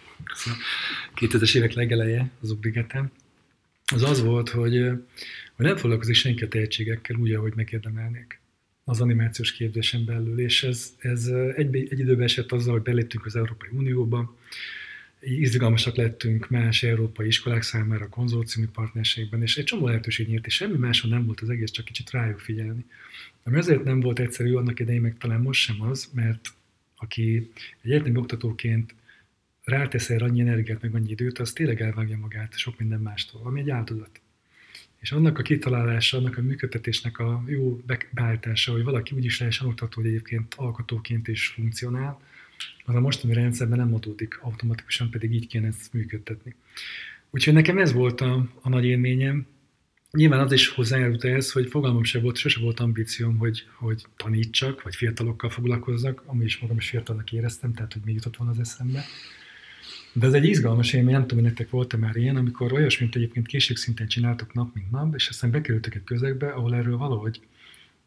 kétezres évek legeleje az Ubrigetem. Az az volt, hogy, hogy nem foglalkozik senki a tehetségekkel úgy, ahogy megérdemelnék az animációs képzésen belül. És ez, ez egy, egy időben esett azzal, hogy beléptünk az Európai Unióba, izgalmasak lettünk más európai iskolák számára a konzorciumi partnerségben, és egy csomó lehetőség nyílt, és semmi máson nem volt az egész, csak kicsit rájuk figyelni. Ami azért nem volt egyszerű annak idején, meg talán most sem az, mert aki egy egyetemi oktatóként rátesz erre annyi energiát, meg annyi időt, az tényleg elvágja magát sok minden mástól, ami egy áldozat. És annak a kitalálása, annak a működtetésnek a jó beállítása, hogy valaki úgy is lehessen oktató, hogy egyébként alkotóként is funkcionál, az a mostani rendszerben nem adódik automatikusan, pedig így kéne ezt működtetni. Úgyhogy nekem ez volt a, a nagy élményem. Nyilván az is hozzájárult ehhez, hogy fogalmam sem volt, sose volt ambícióm, hogy, hogy tanítsak, vagy fiatalokkal foglalkozzak, ami is magam is fiatalnak éreztem, tehát hogy még jutott volna az eszembe. De ez egy izgalmas élmény, nem tudom, hogy nektek volt-e már ilyen, amikor olyasmit egyébként készségszinten csináltok nap, mint nap, és aztán bekerültek egy közegbe, ahol erről valahogy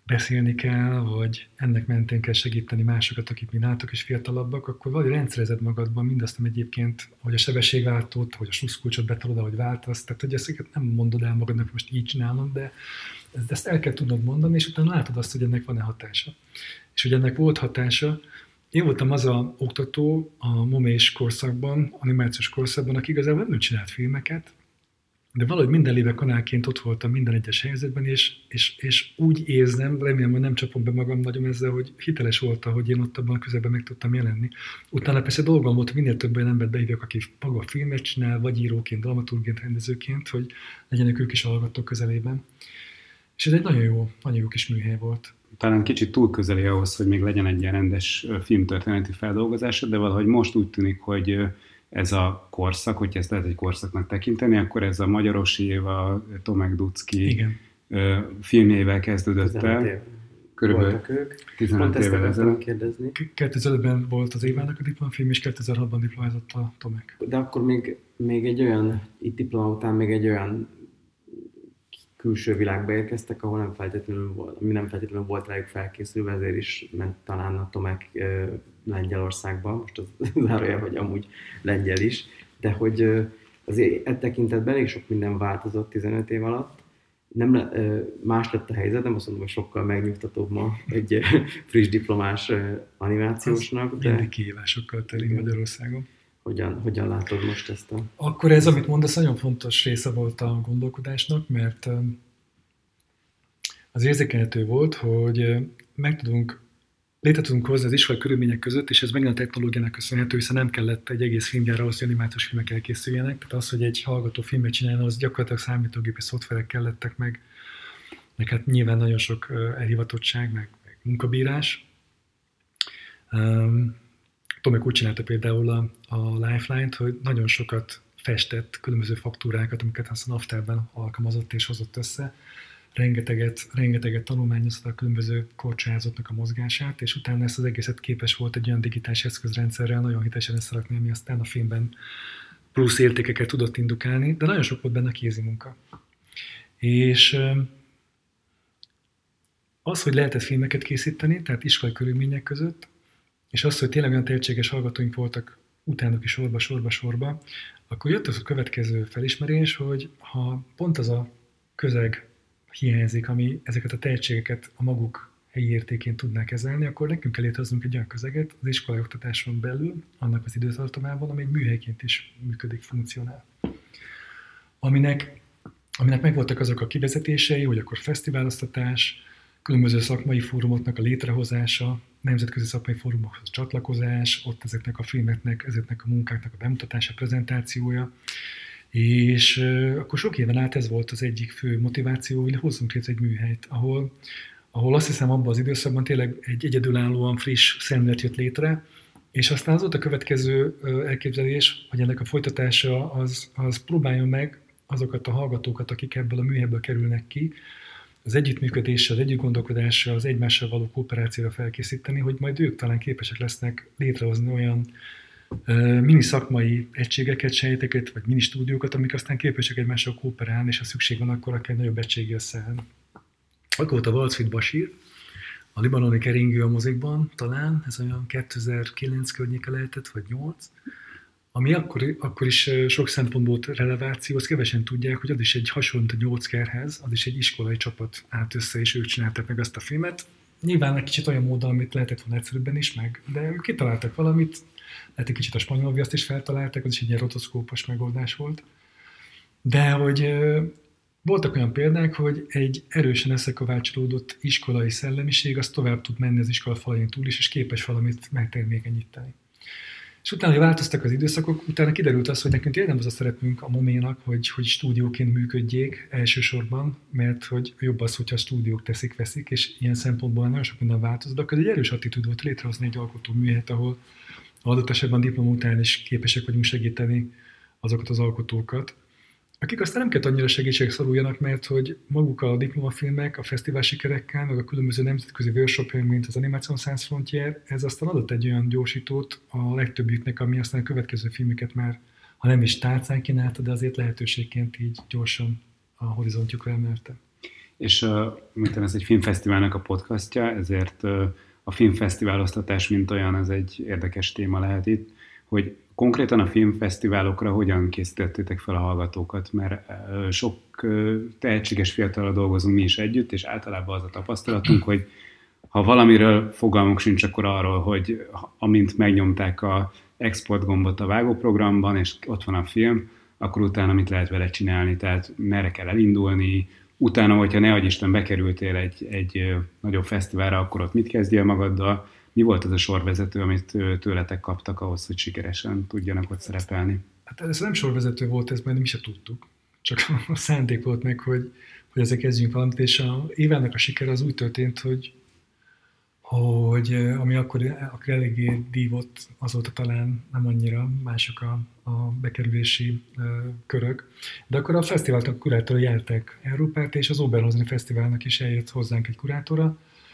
beszélni kell, vagy ennek mentén kell segíteni másokat, akik mináltak és fiatalabbak, akkor valahogy rendszerezed magadban mindazt, ami egyébként, hogy a sebességváltót, hogy a slusszkulcsot betolod, ahogy váltasz, tehát hogy ezeket nem mondod el magadnak, hogy most így csinálom, de ezt el kell tudnod mondani, és utána látod azt, hogy ennek van-e hatása. És hogy ennek volt hatása. Én voltam az a oktató a momés korszakban, animációs korszakban, aki igazából nem csinált filmeket, de valahogy minden lévek kanálként ott voltam minden egyes helyzetben, és, és, és úgy érzem, remélem, hogy nem csapom be magam nagyon ezzel, hogy hiteles volt, hogy én ott abban a közelben meg tudtam jelenni. Utána persze dolgom volt, hogy minél több olyan embert beívjak, aki maga filmet csinál, vagy íróként, dramaturgként, rendezőként, hogy legyenek ők is hallgatók közelében. És ez egy nagyon jó, nagyon jó kis műhely volt. Talán kicsit túl közeli ahhoz, hogy még legyen egy ilyen rendes filmtörténeti feldolgozása, de valahogy most úgy tűnik, hogy ez a korszak, hogyha ezt lehet egy korszaknak tekinteni, akkor ez a Magyarosi Éva, Tomek Duczky filmjével kezdődött el. Körülbelül tizenöt évvel ezelőtt. kétezer-ötben volt az Évának a diplomafilm, és kétezer-hatban diplomázott a Tomek. De akkor még, még egy olyan, itt diploma után még egy olyan külső világba érkeztek, ahol nem feltétlenül volt, ami nem feltétlenül volt rájuk felkészülve, ezért is ment talán a Tomek Lengyelországba, most az zárójel, hogy amúgy lengyel is, de hogy azért e tekintetben elég sok minden változott tizenöt év alatt. Nem le, más lett a helyzet, nem azt mondom, hogy sokkal megnyugtatóbb ma egy friss diplomás animációsnak. De mindig kihívásokkal telik Magyarországon. Hogyan, hogyan látod most ezt a... Akkor ez, amit mondasz, nagyon fontos része volt a gondolkodásnak, mert az érzékelhető volt, hogy meg tudunk, létre tudunk hozni az iskolai körülmények között, és ez megint a technológiának köszönhető, hiszen nem kellett egy egész filmgyár ahhoz, hogy animációs filmek elkészüljenek. Tehát az, hogy egy hallgató filmet csináljon, az gyakorlatilag számítógépes szoftverek kellettek meg, meg hát nyilván nagyon sok elhivatottság, meg, meg munkabírás. Um, Tomek úgy csinálta például a, a Lifeline-t, hogy nagyon sokat festett különböző faktúrákat, amiket aztán Afterben alkalmazott és hozott össze. Rengeteget, rengeteget tanulmányozta a különböző korcsolyázatnak a mozgását, és utána ezt az egészet képes volt egy olyan digitális eszközrendszerrel nagyon hitesen összerakni, ami aztán a filmben plusz értékeket tudott indukálni, de nagyon sok volt benne a kézi munka. És az, hogy lehetett filmeket készíteni, tehát iskolai körülmények között, és az, hogy tényleg olyan tehetséges hallgatóink voltak utánuk is sorba, sorba, sorba, akkor jött az a következő felismerés, hogy ha pont az a közeg hiányzik, ami ezeket a tehetségeket a maguk helyi értékén tudná kezelni, akkor nekünk kell létrehoznunk egy olyan közeget az iskolai oktatáson belül, annak az időtartamában, ami egy műhelyként is működik, funkcionál. Aminek, aminek megvoltak azok a kivezetései, hogy akkor fesztiválasztatás, különböző szakmai fórumoknak a létrehozása, nemzetközi szakmai fórumokhoz csatlakozás, ott ezeknek a filmeknek, ezeknek a munkáknak a bemutatása, prezentációja, és euh, akkor sok éven át ez volt az egyik fő motiváció, hogy hozzunk létre egy műhelyt, ahol, ahol azt hiszem abban az időszakban tényleg egy egyedülállóan friss szemlélet jött létre, és aztán az volt a következő elképzelés, hogy ennek a folytatása az, az próbáljon meg azokat a hallgatókat, akik ebből a műhelyből kerülnek ki, az együttműködéssel, az együttgondolkodással, az egymással való kooperációra felkészíteni, hogy majd ők talán képesek lesznek létrehozni olyan uh, mini szakmai egységeket, sejteket, vagy mini stúdiókat, amik aztán képesek egymással kooperálni, és ha szükség van, akkor akár nagyobb egységgel összeállni. Akkor volt a Waltzfit Bashir, a libanoni keringő a mozikban, talán, ez olyan kétezer-kilenc környéke lehetett, vagy nyolc, ami akkor, akkor is sok szempontból releváció, azt kevesen tudják, hogy az is egy hasonló, mint a nyolc kerhez, az is egy iskolai csapat állt össze, és ők csináltak meg azt a filmet. Nyilván egy kicsit olyan módon, amit lehetett volna egyszerűbben is meg, de ők kitaláltak valamit, lehet egy kicsit a spanyol viaszt is feltalálták, az is egy ilyen rotoszkópos megoldás volt. De hogy voltak olyan példák, hogy egy erősen összekovácsolódott iskolai szellemiség, az tovább tud menni az iskola falain túl is, és képes valamit megtermékenyíteni. És utána, hogy változtak az időszakok, utána kiderült az, hogy nekünk tényleg nem az a szerepünk a Moménak, hogy, hogy stúdióként működjék elsősorban, mert hogy jobb az, hogyha a stúdiók teszik-veszik, és ilyen szempontból nagyon sok minden változott, de akkor egy erős attitűd volt létrehozni egy alkotó műhelyet, ahol adott esetben diploma után is képesek vagyunk segíteni azokat az alkotókat, akik aztán nem kellett annyira segítségre szoruljanak, mert hogy maguk a diplomafilmek, a fesztivál sikerekkel, meg a különböző nemzetközi workshopjaink, mint az Animation Sans Frontier, ez aztán adott egy olyan gyorsítót a legtöbbjüknek, ami aztán a következő filmeket már, ha nem is tálcán kínálta, de azért lehetőségként így gyorsan a horizontjukra emelte. És uh, mint ez egy filmfesztiválnak a podcastja, ezért uh, a filmfesztiválosztatás mint olyan, az egy érdekes téma lehet itt, hogy konkrétan a filmfesztiválokra hogyan készítettétek fel a hallgatókat, mert uh, sok uh, tehetséges fiatalra dolgozunk mi is együtt, és általában az a tapasztalatunk, hogy ha valamiről fogalmunk sincs, akkor arról, hogy amint megnyomták a export gombot a vágóprogramban, és ott van a film, akkor utána mit lehet vele csinálni, tehát merre kell elindulni, utána, hogyha ne adj Isten bekerültél egy, egy nagyobb fesztiválra, akkor ott mit kezdjél magaddal? Mi volt az a sorvezető, amit tőletek kaptak ahhoz, hogy sikeresen tudjanak ott szerepelni? Hát ez nem sorvezető volt, ez mert nem is tudtuk. Csak a szándék volt meg, hogy, hogy ezzel kezdjünk valamit, és a Évának a sikere az úgy történt, hogy hogy ami akkor, akkor eléggé dívott, azóta talán nem annyira mások a, a bekerülési uh, körök. De akkor a fesztiválnak kurátora járták Európát, és az Oberhausen Fesztiválnak is eljött hozzánk egy kurátora,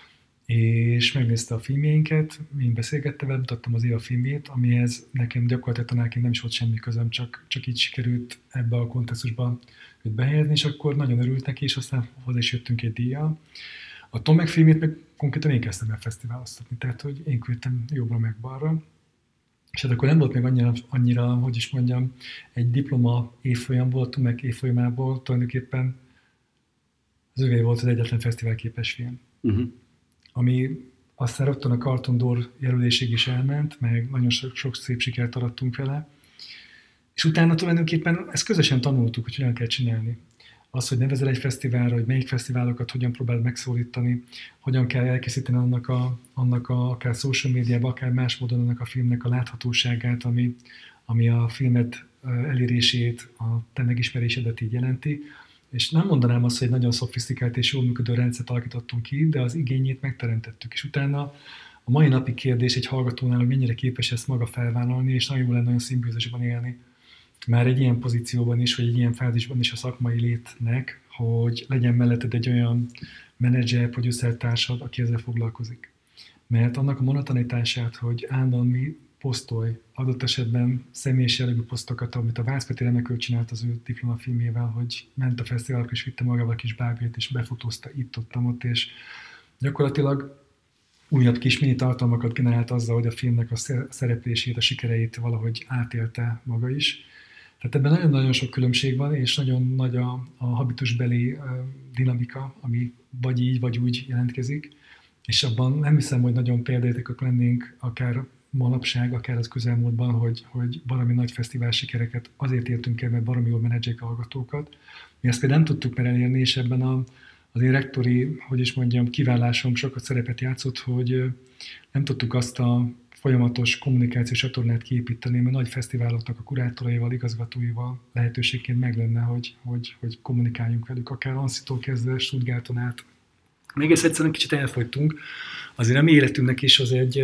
és megnézte a filmjeinket, én beszélgettem vele, mutattam az Éva filmjét, amihez nekem gyakorlatilag tanárként nem is volt semmi közöm, csak, csak így sikerült ebbe a kontextusba őt behelyezni, és akkor nagyon örült neki, és aztán hozzá is jöttünk egy díjjal. A Tomek filmét meg konkrétan én kezdtem el fesztiváloztatni, tehát hogy én küldtem jobbra meg balra. És hát akkor nem volt még annyira, annyira, hogy is mondjam, egy diploma évfolyamból, a Tomek évfolyamából tulajdonképpen az övé volt az egyetlen fesztiválképes film. Uh-huh. Ami aztán rögtön a Cartoon Door jelölésig is elment, meg nagyon sok, sok szép sikert arattunk vele. És utána tulajdonképpen ezt közösen tanultuk, hogy hogyan kell csinálni. Az, hogy nevezel egy fesztiválra, hogy melyik fesztiválokat hogyan próbáld megszólítani, hogyan kell elkészíteni annak a, annak a akár social médiában, akár más módon annak a filmnek a láthatóságát, ami, ami a filmet elérését, a te megismerésedet így jelenti. És nem mondanám azt, hogy nagyon szofisztikált és jól működő rendszert alakítottunk ki, de az igényét megteremtettük. És utána a mai napi kérdés egy hallgatónál, hogy mennyire képes ezt maga felvállalni, és nagyon jó lenne olyan szimbiózisban élni már egy ilyen pozícióban is, vagy egy ilyen fázisban is a szakmai létnek, hogy legyen melletted egy olyan menedzser, producer társad, aki ezzel foglalkozik. Mert annak a monotonitását, hogy állandóan mi posztolj, adott esetben személyes jellegű posztokat, amit a Vácz Peti remekül csinált az ő diplomafilmjével, hogy ment a fesztiválok és vitte magával a kis bábját, és befotózta itt, ott, ott, és gyakorlatilag újabb kis mini tartalmakat generált azzal, hogy a filmnek a szereplését, a sikereit valahogy átélte maga is. Tehát ebben nagyon-nagyon sok különbség van, és nagyon nagy a, a habitusbeli uh, dinamika, ami vagy így, vagy úgy jelentkezik, és abban nem hiszem, hogy nagyon példaértékek lennénk akár manapság, akár az közelmúltban, hogy, hogy valami nagy fesztivál sikereket azért értünk el, mert valami jól menedzseljük a hallgatókat. Mi ezt például nem tudtuk már elérni, és ebben a, az én rektori, hogy is mondjam, kiválásom sokat szerepet játszott, hogy nem tudtuk azt a folyamatos kommunikációs csatornát kiépíteni, mert nagy fesztiváloknak a kurátoraival, igazgatóival lehetőségként meg lenne, hogy, hogy, hogy kommunikáljunk velük, akár Anszitól kezdve Stuttgarton át. Még ezt egyszerűen kicsit elfogytunk. Azért a mi életünknek is az egy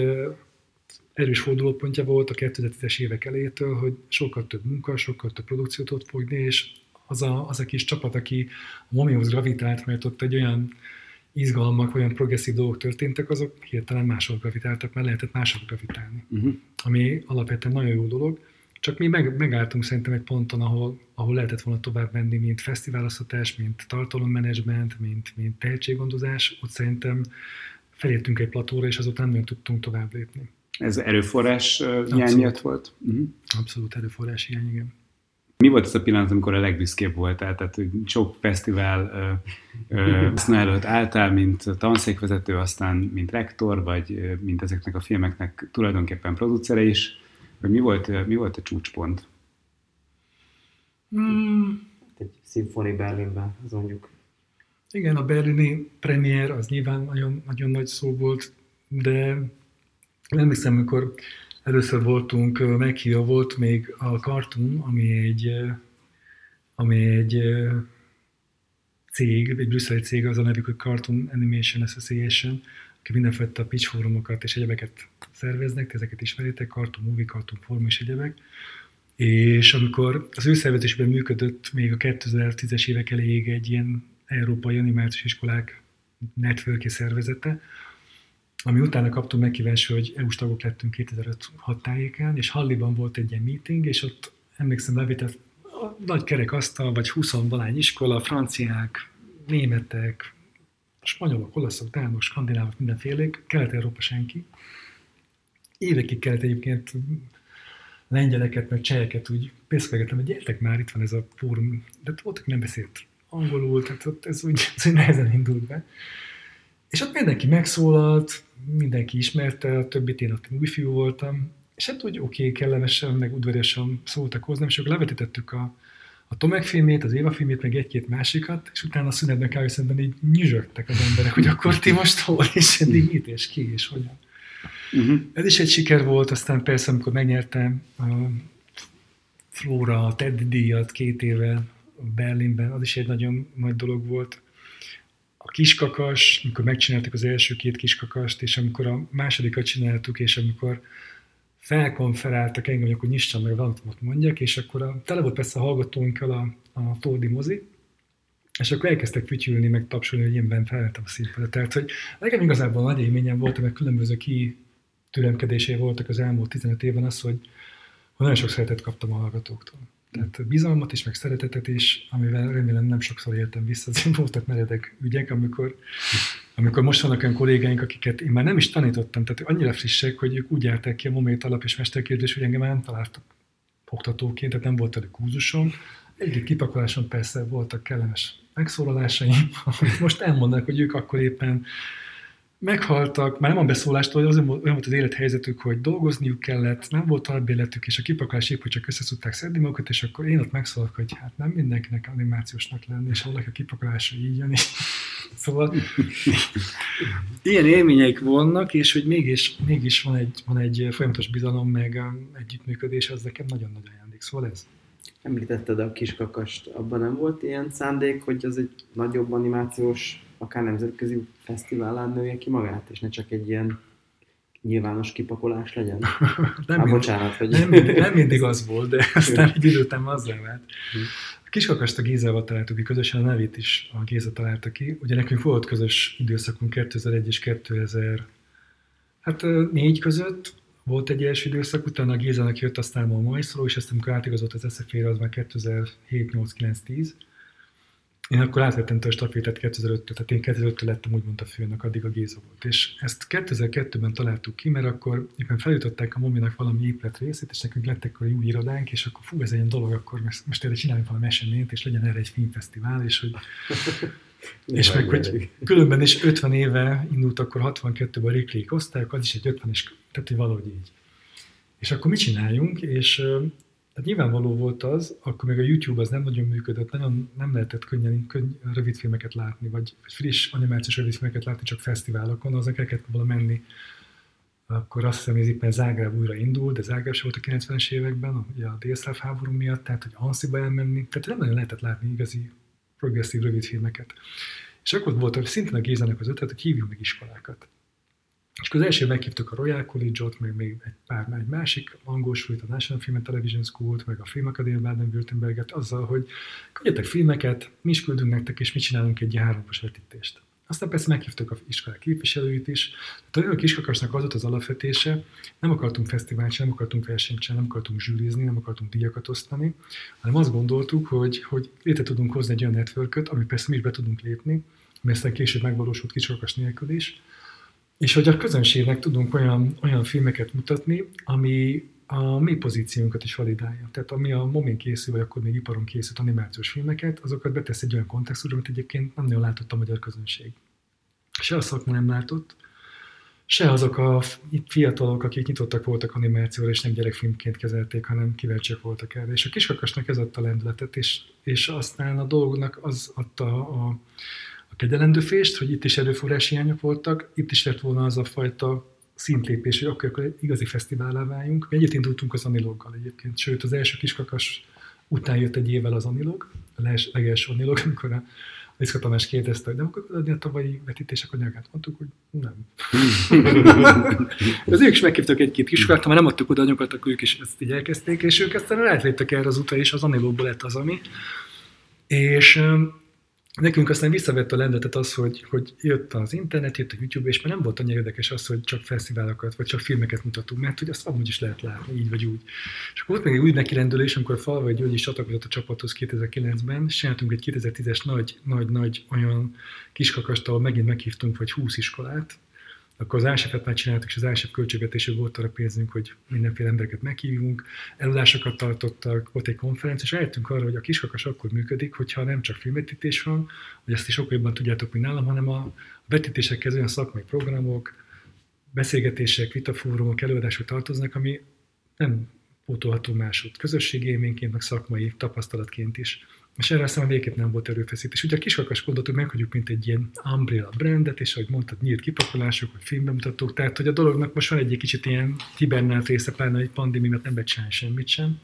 erős fordulópontja volt a kétezer-tízes évek elejétől, hogy sokkal több munka, sokkal több produkciót ott fogni, és az a, az a kis csapat, aki a Momihoz gravitált, mert ott egy olyan izgalmak, olyan progresszív dolgok történtek, azok hirtelen máshol gravitáltak, mert lehetett máshol gravitálni. Uh-huh. Ami alapvetően nagyon jó dolog. Csak mi meg, megálltunk szerintem egy ponton, ahol, ahol lehetett volna tovább menni, mint fesztiválosztatás, mint tartalommenedzsment, mint, mint tehetséggondozás. Ott szerintem felértünk egy platóra, és azután nem tudtunk tovább lépni. Ez erőforrás hiány miatt volt? Uh-huh. Abszolút erőforrás hiány, igen. Mi volt az a pillanat, amikor a legbüszkébb voltál? Tehát, hogy sok fesztivál haszna előtt álltál, mint tanszékvezető, aztán mint rektor, vagy mint ezeknek a filmeknek tulajdonképpen producere is. Hogy mi volt, mi volt a csúcspont? Hmm. Egy szimfoni Berlinben, az mondjuk. Igen, a berlini premier az nyilván nagyon, nagyon nagy szó volt, de nem hiszem, amikor először voltunk, meghívva volt még a Cartoon, ami egy, ami egy cég, egy brüsszeli cég, az a nevük, hogy Cartoon Animation Association, aki mindenféle pitch fórumokat és egyebeket szerveznek, ezeket ismeritek, Cartoon Movie, Cartoon Forum és egyebek. És amikor az ő szervezésben működött még a kétezer-tízes évek elejéig egy ilyen európai animációs iskolák network szervezete, ami utána kaptunk meghívást, hogy é u-s tagok lettünk kétezer-öt-hat tájékán, és Halliban volt egy ilyen meeting, és ott emlékszem, levétett nagy kerek asztal, vagy húsz valány iskola, franciák, németek, spanyolok, olaszok, dánok, skandinávok, mindenfélék, Kelet-Európa senki. Évekig kellett egyébként lengyeleket, meg cseheket úgy pészkelgettem, hogy gyertek már, itt van ez a fórum. De volt, aki nem beszélt angolul, tehát ott ez úgy, ez úgy nehezen indult be. És ott mindenki megszólalt, mindenki ismerte, a többit én ott új fiú voltam, és hát úgy oké, okay, kellemesen, meg udvariasan szóltak hozzám, és akkor levetítettük a, a Tomek filmét, az Éva filmét, meg egy-két másikat, és utána a szünetben kávészemben így nyüzsögtek az emberek, hogy akkor ti most hol, és eddig mit, és ki, és hogyan. Uh-huh. Ez is egy siker volt, aztán persze, amikor megnyertem a Flóra, a Teddy díjat két évvel Berlinben, az is egy nagyon nagy dolog volt. A Kiskakas, amikor megcsináltuk az első két Kiskakast, és amikor a másodikat csináltuk, és amikor felkonferáltak engem, hogy akkor nyissam meg valamit mondjak, és akkor a, tele volt persze a hallgatóinkkal a, a Toldi mozi, és akkor elkezdtek fütyülni, meg tapsolni, hogy én benn felvettem a színpadra. Tehát, hogy nekem igazából nagy élményem volt, meg különböző kitüremkedései voltak az elmúlt tizenöt évben az, hogy, hogy nagyon sok szeretet kaptam a hallgatóktól. Tehát bizalmat is, meg szeretetet is, amivel remélem nem sokszor éltem vissza. Azért voltak meredek ügyek, amikor, amikor most vannak olyan kollégáink, akiket én már nem is tanítottam, tehát annyira frissek, hogy ők úgy járták ki a Momét alap és mesterképzés, hogy engem már nem találtak oktatóként, tehát nem volt elég kurzusom. Egy-egy kipakoláson persze voltak kellemes megszólalásaim, amit most elmondanak, hogy ők akkor éppen meghaltak, már nem a beszólástól, hogy az olyan volt az élethelyzetük, hogy dolgozniuk kellett, nem volt albérletük, és a kipakolás épp, hogy csak össze tudták szedni magukat, és akkor én ott megszólok, hogy hát nem mindenkinek animációsnak lenni, és valaki a kipakolásra így jön. Szóval ilyen élményeik vannak, és hogy mégis, mégis van, egy, van egy folyamatos bizalom, meg együttműködés, az nekem nagyon nagy ajándék. Szóval ez. Említetted a Kiskakast, abban nem volt ilyen szándék, hogy az egy nagyobb animációs, akár nemzetközi fesztiválán nője ki magát, és ne csak egy ilyen nyilvános kipakolás legyen? nem, Há, mind, bocsánat, hogy... nem, mindig, nem mindig az volt, de aztán egy időtem azzá vált. A Kiskakast a Gézával találtuk ki közösen, a nevét is a Géza találta ki. Ugye nekünk volt közös időszakunk kétezer-egy és kétezer-négy között, volt egy első időszak, utána a Gézának jött aztán a Majszoló, és aztán amikor átigazolt az es ef é-re, az már kétezer-hét nyolc kilenc tíz. Én akkor átvettem a stafétát kétezer-öttől, tehát én kétezer-öttől lettem úgymond a főnök, addig a Géza volt. És ezt kétezer-kettőben találtuk ki, mert akkor éppen feljutották a Mominak valami épület részét, és nekünk lettek a új irodánk, és akkor fú, ez egy ilyen dolog, akkor most erre csináljunk valami eseményt, és legyen erre egy filmfesztivál, és hogy... és meg, hogy különben is ötven éve indult, akkor hatvankettőben a Ricklék osztályok, az is egy ötvenes, tehát hogy valahogy így. És akkor mit csináljunk, és tehát nyilvánvaló volt az, akkor még a YouTube az nem nagyon működött, nagyon nem lehetett könnyen könny, rövidfilmeket látni, vagy friss animációs rövidfilmeket látni csak fesztiválokon, azok el kellett volna menni. Akkor azt hiszem, hogy éppen Zágráb újra indult, de Zágráb sem volt a kilencvenes években, ugye a délszláv háború miatt, tehát hogy Ansziba elmenni, tehát nem nagyon lehetett látni igazi progresszív rövidfilmeket. És akkor volt szintén a Gézának az ötlet, hogy hívjuk meg iskolákat. És akkor az első meghívtuk a Royal College-ot, meg még egy pár egy másik angol súlyt, a National Film and Television School-t, meg a Film Academy Baden-Württemberget azzal, hogy küldjetek filmeket, mi is küldünk nektek, és mi csinálunk egy ilyen háromnapos vetítést. Aztán persze meghívtuk a iskolák képviselőit is. Tehát a Kiskakasnak az volt az alapvetése, nem akartunk fesztivált sem, nem akartunk versenyt sem, nem akartunk zsűrizni, nem akartunk díjakat osztani, hanem azt gondoltuk, hogy, hogy létre tudunk hozni egy olyan networköt, ami persze mi is be tudunk lépni, ami aztán később megvalósult Kiskakas nélkül is, és hogy a közönségnek tudunk olyan, olyan filmeket mutatni, ami a mi pozíciónkat is validálja. Tehát ami a Momin készül, vagy akkor még iparon készült animációs filmeket, azokat betesz egy olyan kontextusra, amit egyébként nem nagyon látott a magyar közönség. Se a szakma nem látott, se azok a fiatalok, akik nyitottak voltak animációra, és nem gyerekfilmként kezelték, hanem kíváncsiak voltak erre. És a Kiskakasnak ez adta lendületet, és, és aztán a dolognak az adta a, a kegyelendőfést, hogy itt is erőforrás hiányok voltak, itt is lett volna az a fajta szintlépés, hogy akkor, akkor igazi fesztiválá váljunk. Mi együtt indultunk az Aniloggal egyébként, sőt az első Kiskakas után jött egy évvel az Anilog, a legelső Anilog, amikor a Liszka Tamás kérdezte, hogy nem akarod adni a tavalyi vetítések anyagát? Mondtuk, hogy nem. Az ők is meghívtak egy-két kiskolát, ha nem adtuk oda anyagokat, akkor ők is ezt így elkezdték, és ők aztán átléptek erre az útra, és az Anilogból lett az, ami. És Nekünk aztán visszavett a lendletet az, hogy, hogy jött az internet, jött a YouTube, és már nem volt annyira érdekes az, hogy csak fesztiválokat, vagy csak filmeket mutatunk, mert hogy azt amúgy is lehet látni, így vagy úgy. És akkor volt még egy új nekirendülés, amikor Falvai György is csatlakozott a csapathoz kétezer-kilencben, és csináltunk egy kétezer-tízes nagy, nagy, nagy olyan kiskakast, ahol megint meghívtunk vagy húsz iskolát. Akkor az Ásefet már csináltuk, és az Ásef költségvetésű volt arra pénzünk, hogy mindenféle embereket meghívjunk, előadásokat tartottak, volt egy konferencia, és eljöttünk arra, hogy a kiskakas akkor működik, hogyha nem csak filmvetítés van, hogy ezt is sokkal jobban tudjátok, mint nálam, hanem a vetítésekhez olyan szakmai programok, beszélgetések, vitafórumok, előadások tartoznak, ami nem pótolható másút. Közösségi élményként, meg szakmai tapasztalatként is. És erre aztán végképp nem volt erőfeszítés. Ugye a kiskakas gondoltuk, meghagyjuk, mint egy ilyen umbrella brandet, és ahogy mondtad, nyílt kipakolások, vagy filmbemutatók, tehát hogy a dolognak most van egy kicsit ilyen hibernált része, pláne egy pandémia, mert nem becsinálni semmit sem.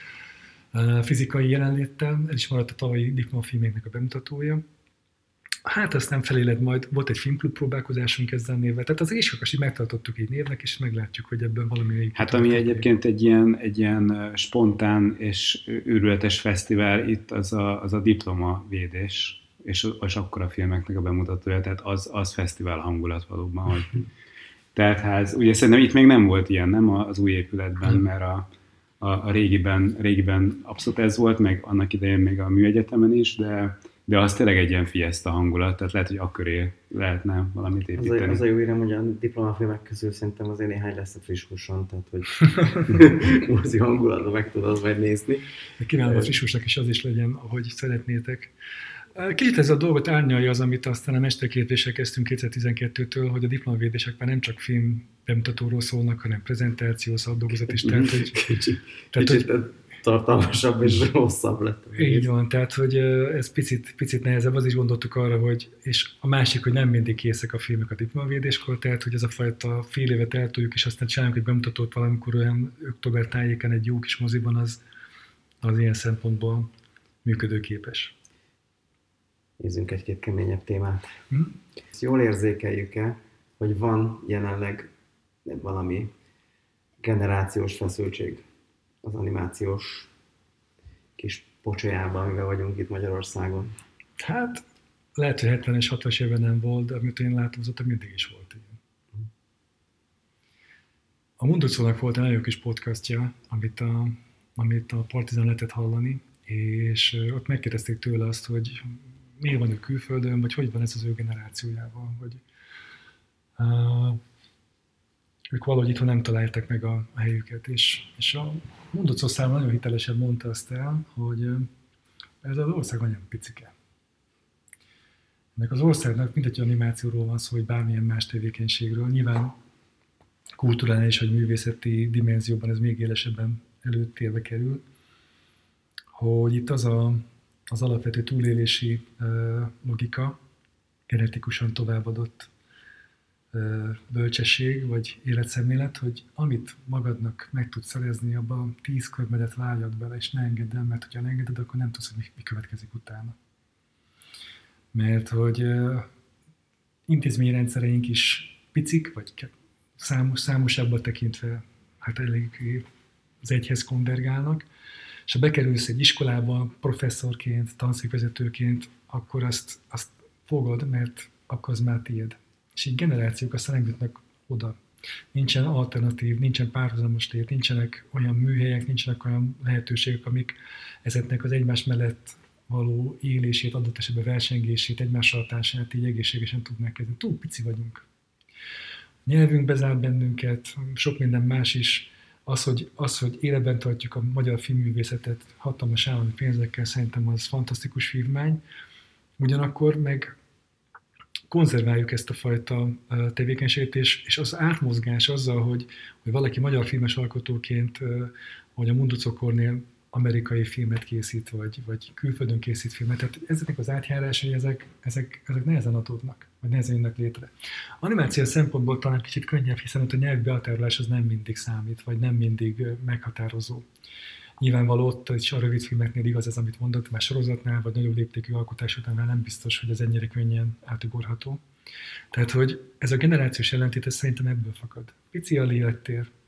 Fizikai jelenléttel, ez is maradt a tavalyi diplomafilméknek a bemutatója. Hát aztán feléled majd, volt egy filmklub próbálkozásunk ezzel a névvel, tehát az kiskakasit megtartottuk így névnek, és meglátjuk, hogy ebben valami... Hát ami egyébként egy ilyen, egy ilyen spontán és őrületes fesztivál itt, az a, az a diplomavédés, és, és akkor a filmeknek a bemutatója, tehát az, az fesztivál hangulat valóban, hogy teltház. Ugye szerintem itt még nem volt ilyen, nem az új épületben, mert a, a, a régiben, régiben abszolút ez volt, meg annak idején még a műegyetemen is, de De az tényleg egy ilyen fiesta hangulat, tehát lehet, hogy akköré lehetne valamit építeni. Az a, az a jó érem, hogy a diplomafilmek közül szerintem azért néhány lesz a friss húson, tehát hogy mozi hangulatban meg tudod majd nézni. Kívánom a friss húsnak is az is legyen, ahogy szeretnétek. Kicsit ez a dolgot árnyalja az, amit aztán a mesterképzésre kezdtünk kétezer-tizenkettőtől, hogy a diplomavédések már nem csak film bemutatóról szólnak, hanem prezentáció, szakdolgozat is. Tehát, hogy, kicsit, tehát, kicsit hogy, tartalmasabb és hosszabb lett. Így van, tehát hogy ez picit, picit nehezebb, az is gondoltuk arra, hogy, és a másik, hogy nem mindig készek a filmek a diplomavédéskor, tehát hogy ez a fajta fél évet eltoljuk, és aztán csinálunk egy bemutatót valamikor olyan október tájéken egy jó kis moziban, az, az ilyen szempontból működőképes. Nézzünk egy-két keményebb témát. Hm? Ezt jól érzékeljük-e, hogy van jelenleg valami generációs feszültség az animációs kis pocsolyában, amivel vagyunk itt Magyarországon? Hát, lehet, hogy hetvenes, hatvanas évben nem volt, de amit én látom, az ott mindig is volt ilyen. A Munducónak volt egy nagyon kis podcastja, amit a, amit a Partizán lehetett hallani, és ott megkérdezték tőle azt, hogy miért van ő külföldön, vagy hogy van ez az ő generációjával, hogy uh, ők valahogy itthon nem találták meg a, a helyüket, és, és a Munducó számomra nagyon hitelesen mondta azt el, hogy ez az ország nagyon picike. Ennek az országnak mindegy animációról van szó, hogy bármilyen más tevékenységről, nyilván kulturális vagy művészeti dimenzióban ez még élesebben előtérbe kerül, hogy itt az a, az alapvető túlélési uh, logika, genetikusan továbbadott uh, bölcsesség vagy életszemlélet, hogy amit magadnak meg tudsz szerezni, abban tíz körmedet váljad bele, és ne engedd el, mert ha ne engeded, akkor nem tudsz, hogy mi, mi következik utána. Mert hogy uh, intézményrendszereink is picik, vagy számos, számosabban tekintve hát elég az egyhez konvergálnak, és ha bekerülsz egy iskolába professzorként, tanszékvezetőként, akkor azt, azt fogod, mert akkor az már tiéd. És így generációk aztán nem jutnak oda. Nincsen alternatív, nincsen párhuzamos tét, nincsenek olyan műhelyek, nincsenek olyan lehetőségek, amik ezeknek az egymás mellett való élését, adott esetben versengését, egymással társát így egészségesen tudnák kezdeni. Túl pici vagyunk. A nyelvünk bezár bennünket, sok minden más is. Az, hogy, az, hogy életben tartjuk a magyar filmművészetet hatalmas állami pénzekkel, szerintem az fantasztikus vívmány. Ugyanakkor meg konzerváljuk ezt a fajta tevékenységet, és, és az átmozgás azzal, hogy, hogy valaki magyar filmes alkotóként, hogy a Munducókornél amerikai filmet készít, vagy, vagy külföldön készít filmet. Tehát ezeknek az átjárásai, ezek, ezek, ezek nehezen adódnak, vagy nehezen jönnek létre. Animáció szempontból talán kicsit könnyebb, hiszen ott a nyelvi behatárolás az nem mindig számít, vagy nem mindig meghatározó. Nyilvánvaló ott is a rövid filmeknél igaz ez, amit mondott, már sorozatnál, vagy nagyobb léptékű alkotás után már nem biztos, hogy ez ennyire könnyen átugorható. Tehát, hogy ez a generációs ellentét, ez szerintem ebből fakad. Pici a élettér,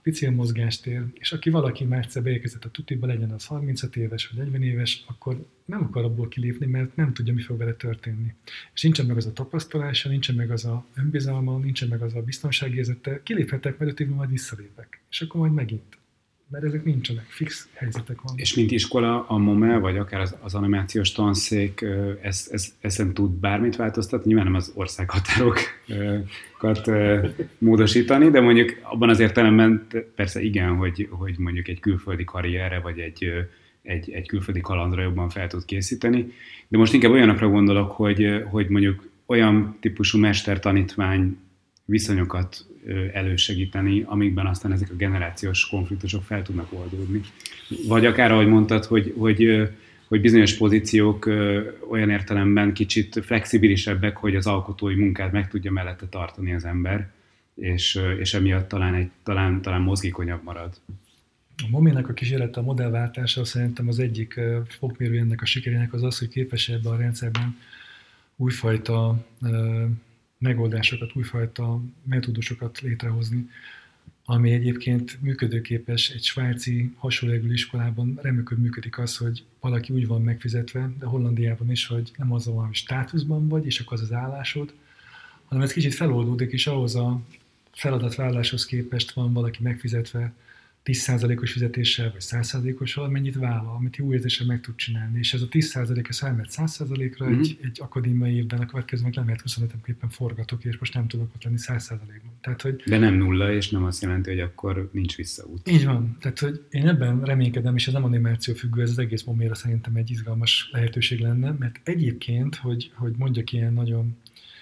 pici a mozgástér, és aki valaki már egyszer beérkezett a tutiba, legyen az harmincöt éves vagy negyven éves, akkor nem akar abból kilépni, mert nem tudja, mi fog vele történni. És nincsen meg az a tapasztalása, nincsen meg az a önbizalma, nincsen meg az a biztonságérzete, kiléphetek, mert öt évben majd visszalépek. És akkor majd megint. Mert ezek nincsenek, fix helyzetek vannak. És mint iskola, a MOME, vagy akár az, az animációs tanszék ez, ez, ezen tud bármit változtatni? Nyilván nem az országhatárokat módosítani, de mondjuk abban az értelemben persze igen, hogy, hogy mondjuk egy külföldi karrierre, vagy egy, egy, egy külföldi kalandra jobban fel tud készíteni. De most inkább olyanokra gondolok, hogy, hogy mondjuk olyan típusú mester-tanítvány viszonyokat elősegíteni, amikben aztán ezek a generációs konfliktusok fel tudnak oldódni. Vagy akár, ahogy mondtad, hogy, hogy, hogy bizonyos pozíciók olyan értelemben kicsit flexibilisebbek, hogy az alkotói munkát meg tudja mellette tartani az ember, és, és emiatt talán, egy, talán, talán mozgékonyabb marad. A MOME-nek a kísérlete, a modellváltása szerintem az egyik fokmérő ennek a sikerének az az, hogy képes ebben a rendszerben újfajta megoldásokat, újfajta metódusokat létrehozni, ami egyébként működőképes. Egy svájci hasonló iskolában remekül működik az, hogy valaki úgy van megfizetve, de Hollandiában is, hogy nem az van, hogy státuszban vagy, és akkor az az állásod, hanem ez kicsit feloldódik, és ahhoz a feladatvállaláshoz képest van valaki megfizetve tíz százalékos fizetéssel, vagy száz százalékossal, mennyit vállal, amit jó érzéssel meg tud csinálni. És ez a tíz százalék, ez elmehet száz százalékra, mm-hmm. egy, egy akadémiai évben, a következő meg lemehet huszonöt éppen forgatok, és most nem tudok ott lenni száz százalékban. Tehát, hogy... De nem nulla, és nem azt jelenti, hogy akkor nincs visszaút. Így van. Tehát, hogy én ebben reménykedem, és ez nem animáció függő, ez az egész MOME-ra szerintem egy izgalmas lehetőség lenne, mert egyébként, hogy, hogy mondjak ilyen nagyon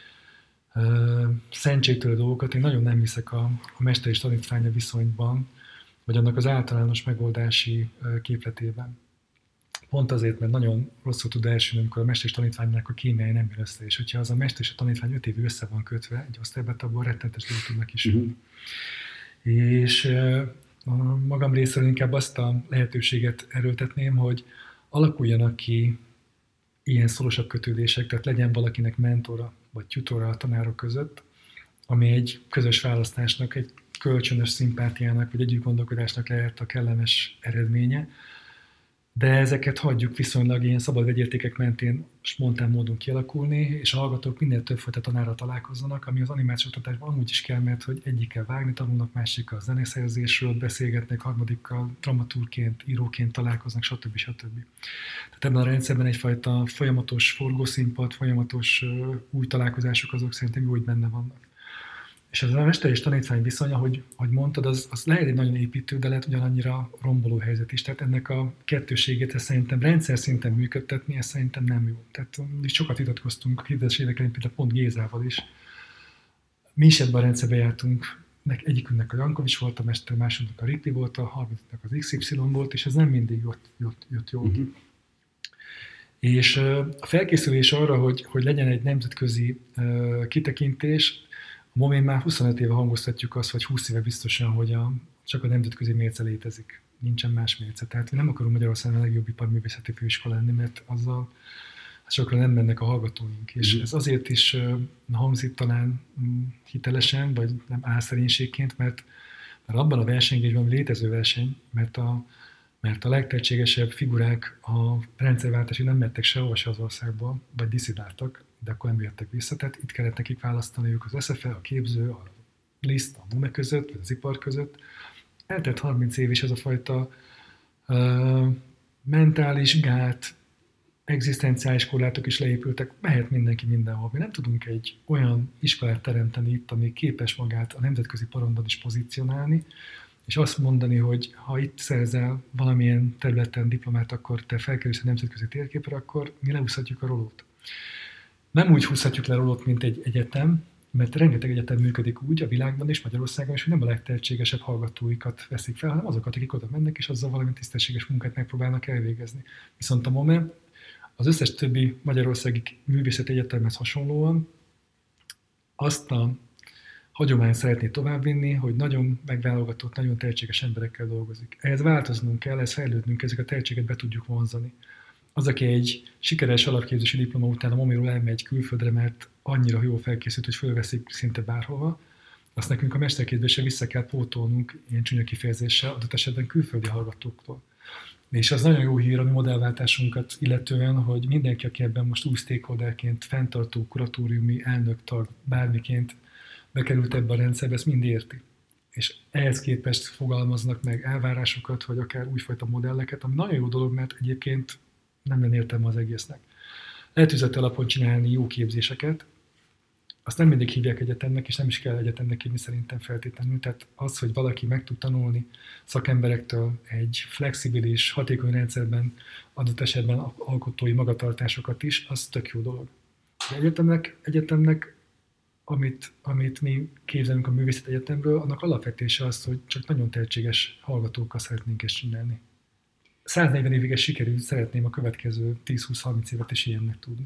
uh, szentségtörő dolgokat, én nagyon nem hiszek a, a mester és tanítványa viszonyban, vagy annak az általános megoldási képletében. Pont azért, mert nagyon rosszul tud elsülni, amikor a mester és tanítványnak a kémiája nem jön össze, és hogyha az a mester és a tanítvány öt évig össze van kötve egy osztályban, abban rettenetes dolgok tudnak is. Mm-hmm. És a magam részéről inkább azt a lehetőséget erőltetném, hogy alakuljanak ki ilyen szorosabb kötődések, tehát legyen valakinek mentora vagy tutora a tanárok között, ami egy közös választásnak, egy kölcsönös szimpátiának, vagy együtt gondolkodásnak lehet a kellemes eredménye, de ezeket hagyjuk viszonylag ilyen szabad vegyértékek mentén spontán módon kialakulni, és a hallgatók minél többfajta tanárral találkozzanak, ami az animációs oktatásban amúgy is kell, mert hogy egyikkel vágni tanulnak, másikkal zeneszerzésről beszélgetnek, harmadikkal dramaturgként, íróként találkoznak, stb. stb. Tehát ebben a rendszerben egyfajta folyamatos forgószínpad, folyamatos uh, új találkozások, azok szerintem úgy benne vannak. És ez a mester és tanítvány viszony, ahogy, ahogy mondtad, az, az lehet egy nagyon építő, de lehet ugyanannyira romboló helyzet is. Tehát ennek a kettőségét ezt szerintem rendszer szinten működtetni, ez szerintem nem jó. Tehát sokat vitatkoztunk a kétezres évek elején, például pont Gézával is. Mi is ebben a rendszerben jártunk, egyikünknek a Jankovics volt a mester, másodnak a Rikli volt, a harmadiknak az iksz ipszilon volt, és ez nem mindig jött, jött, jött jól. Uh-huh. És a felkészülés arra, hogy, hogy legyen egy nemzetközi uh, kitekintés, a MOME-n már huszonöt éve hangoztatjuk azt, vagy húsz éve biztosan, hogy a, csak a nemzetközi mérce létezik. Nincsen más mérce. Tehát mi nem akarunk Magyarországon a legjobb iparművészeti főiskola lenni, mert azzal sokra nem mennek a hallgatóink. Mm. És ez azért is uh, hangzik talán um, hitelesen, vagy nem álszerénységként, mert, mert abban a versenyben létező verseny, mert a, mert a legtehetségesebb figurák a rendszerváltásig nem mentek sehova se az országba, vagy diszidáltak, de akkor nem jöttek vissza, tehát itt kellett nekik választaniuk az es ef e, a képző, a liszt, a MOME között, vagy az ipar között. Eltelt harminc év is ez a fajta uh, mentális gát, egzisztenciális korlátok is leépültek, mehet mindenki mindenhol. Mi nem tudunk egy olyan iskolát teremteni itt, ami képes magát a nemzetközi porondon is pozícionálni, és azt mondani, hogy ha itt szerzel valamilyen területen diplomát, akkor te felkerülsz a nemzetközi térképre, akkor mi lehúzhatjuk a rolót. Nem úgy húzhatjuk le rolót, mint egy egyetem, mert rengeteg egyetem működik úgy a világban és Magyarországon is, hogy nem a legtehetségesebb hallgatóikat veszik fel, hanem azokat, akik oda mennek, és azzal valami tisztességes munkát megpróbálnak elvégezni. Viszont a MOME az összes többi magyarországi művészeti egyetemhez hasonlóan azt a hagyományt szeretné továbbvinni, hogy nagyon megválogatott, nagyon tehetséges emberekkel dolgozik. Ehhez változnunk kell, ehhez fejlődnünk, ezek a tehetséget be tudjuk vonzani. Az, aki egy sikeres alapképzési diploma után a MOME-ról elmegy külföldre, mert annyira jól felkészült, hogy fölveszik szinte bárhova, azt nekünk a mesterkézbe se vissza kell pótolnunk ilyen csúnya kifejezéssel, adott esetben külföldi hallgatóktól. És az nagyon jó hír a mi modellváltásunkat illetően, hogy mindenki, aki ebben most új stakeholderként, fenntartó, kuratóriumi, elnök, tag, bármiként bekerült ebbe a rendszerbe, ezt mind érti. És ehhez képest fogalmaznak meg elvárásokat, vagy akár újfajta modelleket, ami nagyon jó dolog, mert egyébként nem lenne értelme az egésznek. Lehet üzleti alapon csinálni jó képzéseket, azt nem mindig hívják egyetemnek, és nem is kell egyetemnek hívni szerintem feltétlenül. Tehát az, hogy valaki meg tud tanulni szakemberektől egy flexibilis, hatékony rendszerben adott esetben alkotói magatartásokat is, az tök jó dolog. De egyetemnek, egyetemnek amit, amit mi képzelünk a Művészeti Egyetemről, annak alapvetése az, hogy csak nagyon tehetséges hallgatókkal szeretnénk ezt csinálni. száznegyven évig ez sikerült, szeretném a következő tíz-húsz-harminc évet is ilyennek tudni.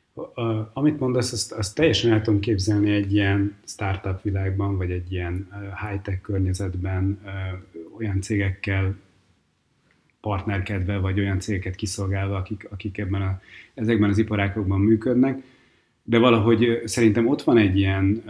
A, amit mondasz, azt, azt teljesen el tudom képzelni egy ilyen startup világban, vagy egy ilyen high-tech környezetben, olyan cégekkel partnerkedve, vagy olyan cégeket kiszolgálva, akik, akik ebben a, ezekben az iparágokban működnek. De valahogy szerintem ott van egy ilyen,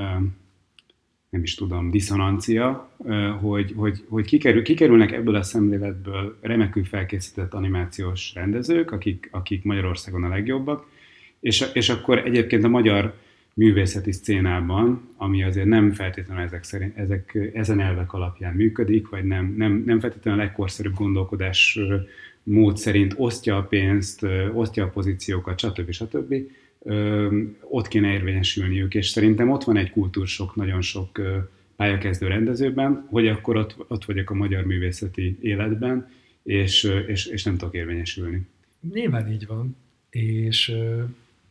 nem is tudom, diszonancia, hogy, hogy, hogy kikerül, kikerülnek ebből a szemléletből remekül felkészített animációs rendezők, akik, akik Magyarországon a legjobbak, és, és akkor egyébként a magyar művészeti szcénában, ami azért nem feltétlenül ezek szerint, ezek, ezen elvek alapján működik, vagy nem, nem, nem feltétlenül a legkorszerűbb gondolkodás mód szerint osztja a pénzt, osztja a pozíciókat, stb. stb. Ö, ott kéne érvényesülniük, és szerintem ott van egy kultúrsok nagyon sok ö, pályakezdő rendezőben, hogy akkor ott, ott vagyok a magyar művészeti életben, és, ö, és, és nem tudok érvényesülni. Nyilván így van, és ö,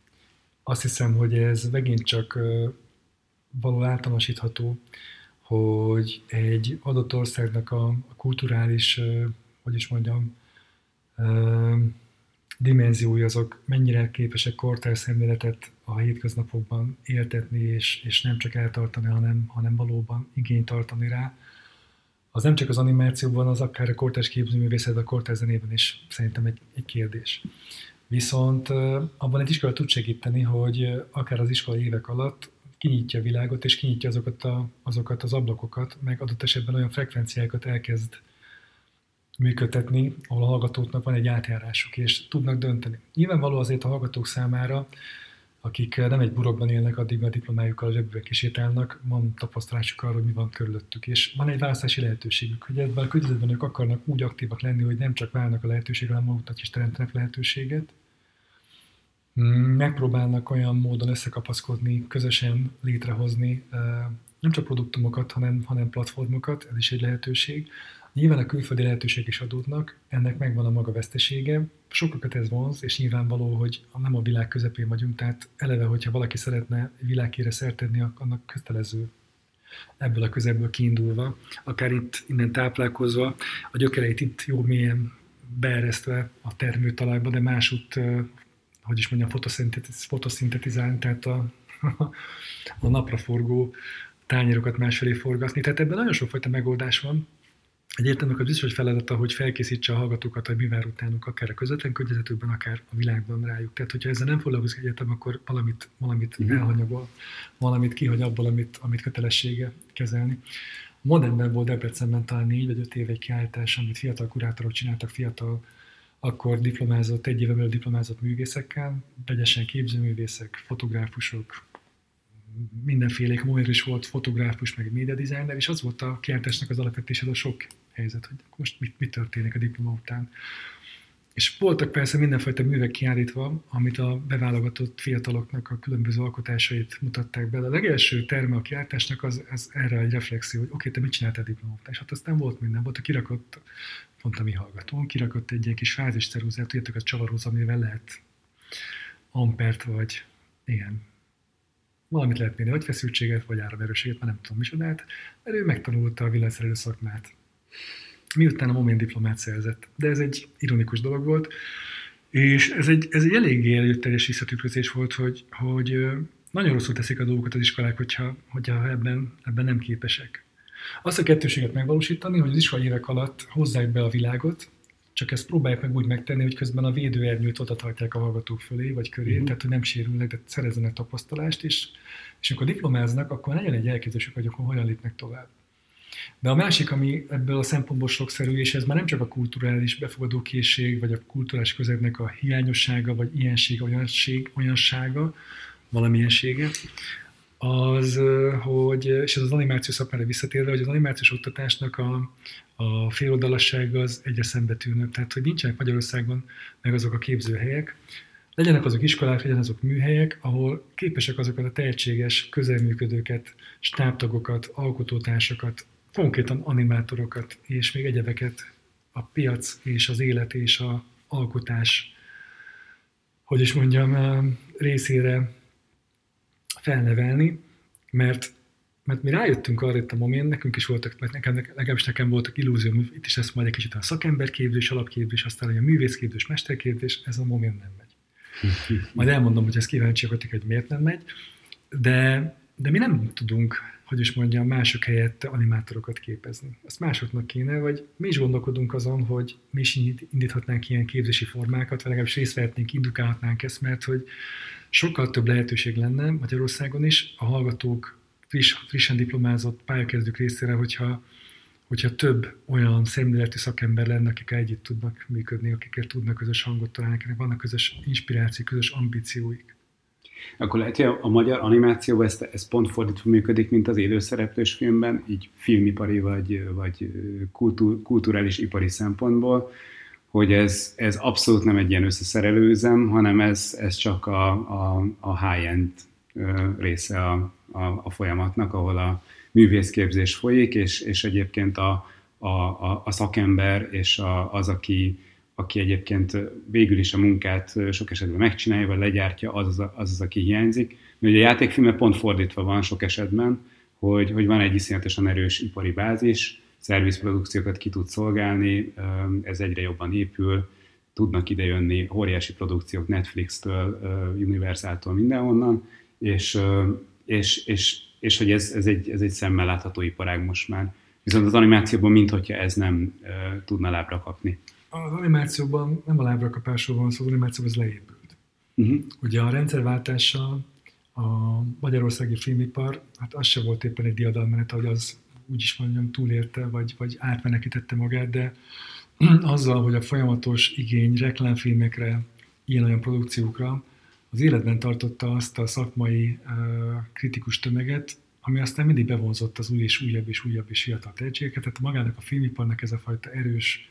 azt hiszem, hogy ez megint csak ö, való általánosítható, hogy egy adott országnak a, a kulturális, ö, hogy is mondjam, ö, dimenziói azok mennyire képesek kortárs szemléletet a hétköznapokban éltetni, és, és nem csak eltartani, hanem, hanem valóban igényt tartani rá. Az nem csak az animációban, az akár a kortárs képzőművészetben, a kortárs zenében is szerintem egy, egy kérdés. Viszont abban egy iskola tud segíteni, hogy akár az iskola évek alatt kinyitja a világot, és kinyitja azokat, a, azokat az ablakokat, meg adott esetben olyan frekvenciákat elkezd működtetni, ahol a hallgatóknak van egy átjárásuk, és tudnak dönteni. Nyilvánvaló azért a hallgatók számára, akik nem egy burokban élnek, addig a diplomájukkal a zsebükbe kisétálnak, van tapasztalásuk arról, hogy mi van körülöttük, és van egy választási lehetőségük, hogy ebben a környezetben ők akarnak úgy aktívak lenni, hogy nem csak várnak a lehetőségre, hanem maguknak is teremtenek lehetőséget. Megpróbálnak olyan módon összekapaszkodni, közösen létrehozni nem csak produktumokat, hanem, hanem platformokat, ez is egy lehetőség. Nyilván a külföldi lehetőségek is adódnak, ennek megvan a maga vesztesége. Sokakat ez vonz, és nyilvánvaló, hogy nem a világ közepén vagyunk, tehát eleve, hogyha valaki szeretne világkére szert tenni, annak kötelező ebből a közelből kiindulva, akár itt innen táplálkozva, a gyökereit itt jó mélyen beeresztve a termőtalajba, de másút, hogy is mondjam, fotoszintetizálni, tehát a, a napraforgó tányérokat másfelé forgatni. Tehát ebben nagyon sokfajta megoldás van. Egy egyetemnek az biztos, hogy feladata, hogy felkészítse a hallgatókat, hogy mi vár utánuk, akár a közvetlen környezetükben, akár a világban rájuk. Tehát, hogyha ezzel nem foglalkozik egyetem, akkor valamit, valamit mm. elhanyagol, valamit kihagy abból, amit, amit kötelessége kezelni. A Modernben volt Debrecenben talán négy vagy öt év egy kiállítás, amit fiatal kurátorok csináltak, fiatal, akkor diplomázott, egy éve belül diplomázott művészekkel, vegyesen képzőművészek, fotográfusok, mindenfélék, momentum is volt fotográfus, meg médiadesigner, és az volt a kiállításnak az alapvetése, a sok helyzet, hogy most mi, mi történik a diploma után. És voltak persze mindenfajta művek kiállítva, amit a beválogatott fiataloknak a különböző alkotásait mutatták be. De a legelső terme a kiállításnak az, az erre egy reflexió, hogy oké, okay, te mit csináltál diploma után? És hát aztán volt minden, volt a kirakott, pont a mi hallgatón, kirakott egy ilyen kis fázisceruzát, tudjátok, a csavaróz, amivel lehet ampert vagy ilyen. Valamit lehet mérni, vagy feszültséget, vagy áramerőséget, már nem tudom micsodát, mert ő megtanulta a villanyszerelő szakmát. Miután a Moment diplomát szerzett. De ez egy ironikus dolog volt, és ez egy, ez egy eléggé előteljes visszatükrözés volt, hogy, hogy nagyon rosszul teszik a dolgokat az iskolák, hogyha, hogyha ebben, ebben nem képesek. Azt a kettőséget megvalósítani, hogy az iskolai évek alatt hozzák be a világot, csak ezt próbálják meg úgy megtenni, hogy közben a védőernyőt oda tartják a hallgatók fölé, vagy köré, mm-hmm. tehát hogy nem sérülnek, de szerezzenek tapasztalást is, és amikor diplomáznak, akkor legyen egy elképzelésük, hogy akkor hogyan lépnek tovább. De a másik, ami ebből a szempontból sokszerű, és ez már nem csak a kulturális befogadókészség, vagy a kulturális közegnek a hiányossága, vagy ilyenség, olyanség, olyansága, valamilyensége, az, hogy, és ez az animáció szakmára visszatérve, hogy az animációs oktatásnak a, a féloldalassága az egyre szembetűnőbb. Tehát, hogy nincsenek Magyarországon meg azok a képzőhelyek, legyenek azok iskolák, legyenek azok műhelyek, ahol képesek azokat a tehetséges közelműködőket, stábtagokat, alkotótársakat, konkrétan animátorokat és még egyebeket a piac és az élet és az alkotás, hogy is mondjam, részére felnevelni, mert, mert mi rájöttünk arra itt a momén, nekünk is voltak, mert nekem, legalábbis nekem voltak illúzióm, itt is lesz majd egy kicsit a szakemberképzés, alapképzés, aztán a művészképzés, mesterképzés, ez a momén nem megy. Majd elmondom, hogy ez kíváncsiak, hogy miért nem megy, de, de mi nem tudunk, hogy is mondjam, mások helyett animátorokat képezni. Ezt másoknak kéne, vagy mi is gondolkodunk azon, hogy mi is indíthatnánk ilyen képzési formákat, vagy legalábbis részt vehetnénk, indukálhatnánk ezt, mert hogy sokkal több lehetőség lenne Magyarországon is a hallgatók, friss, frissen diplomázott pályakezdők részére, hogyha, hogyha több olyan szemléletű szakember lenne, akikkel együtt tudnak működni, akikkel tudnak közös hangot találni, akiknek vannak közös inspiráció, közös ambícióik. Akkor lehet, hogy a magyar animációban ez, ez pont fordítva működik, mint az élőszereplős filmben, így filmipari vagy, vagy kultúr, kulturális ipari szempontból, hogy ez, ez abszolút nem egy ilyen összeszerelőüzem, hanem ez, ez csak a, a, a high-end része a, a, a folyamatnak, ahol a művészképzés folyik, és, és egyébként a, a, a, a szakember és a, az, aki, aki egyébként végül is a munkát sok esetben megcsinálja, vagy legyártja, az az, az, az aki hiányzik. Mert ugye a játékfilmben pont fordítva van sok esetben, hogy, hogy van egy iszonyatosan erős ipari bázis, szervizprodukciókat ki tud szolgálni, ez egyre jobban épül, tudnak idejönni óriási produkciók Netflix-től, Universal-tól, mindenhonnan, és, és, és, és hogy ez, ez, egy, ez egy szemmel látható iparág most már. Viszont az animációban minthogyha ez nem tudna lábra kapni. Az animációban nem a lábrakapásról van szó, az animációban ez leépült. Uh-huh. Ugye a rendszerváltással a magyarországi filmipar, hát az se volt éppen egy diadalmenet, hogy az úgy is mondjam, túlélte, vagy, vagy átmenekítette magát, de azzal, hogy a folyamatos igény reklámfilmekre, ilyen-olyan produkciókra, az életben tartotta azt a szakmai uh, kritikus tömeget, ami aztán mindig bevonzott az új és újabb és újabb és fiatal tehetségeket, tehát magának a filmiparnak ez a fajta erős,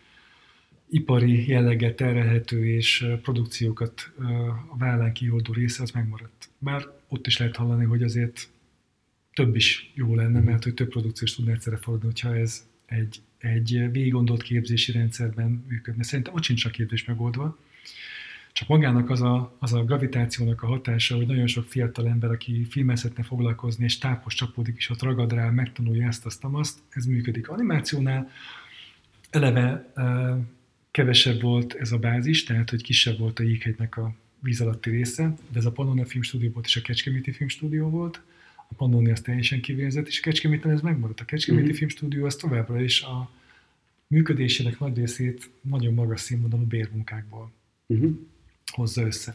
ipari jelleggel terhelhető és produkciókat uh, a vállán kihordó része, az megmaradt. Bár ott is lehet hallani, hogy azért több is jó lenne, mert hogy több produkciós tudna egyszerre fordulni, hogyha ez egy, egy végiggondolt képzési rendszerben működne. Szerintem ott sincs a képzés megoldva. Csak magának az a, az a gravitációnak a hatása, hogy nagyon sok fiatal ember, aki filmmel szeretne foglalkozni, és tápos csapódik, és ott ragad rá, megtanulja ezt, azt, azt, ez működik. Animációnál eleve uh, kevesebb volt ez a bázis, tehát hogy kisebb volt a jéghegynek a víz alatti része, de ez a Pannonia Filmstúdió volt, és a Kecskeméti Filmstúdió volt. A Pannonia az teljesen kivégzett, és a Kecskeméten ez megmaradt. A Kecskeméti uh-huh. Filmstúdió az továbbra is a működésének nagy részét nagyon magas színvonalú bérmunkákból uh-huh. hozza össze.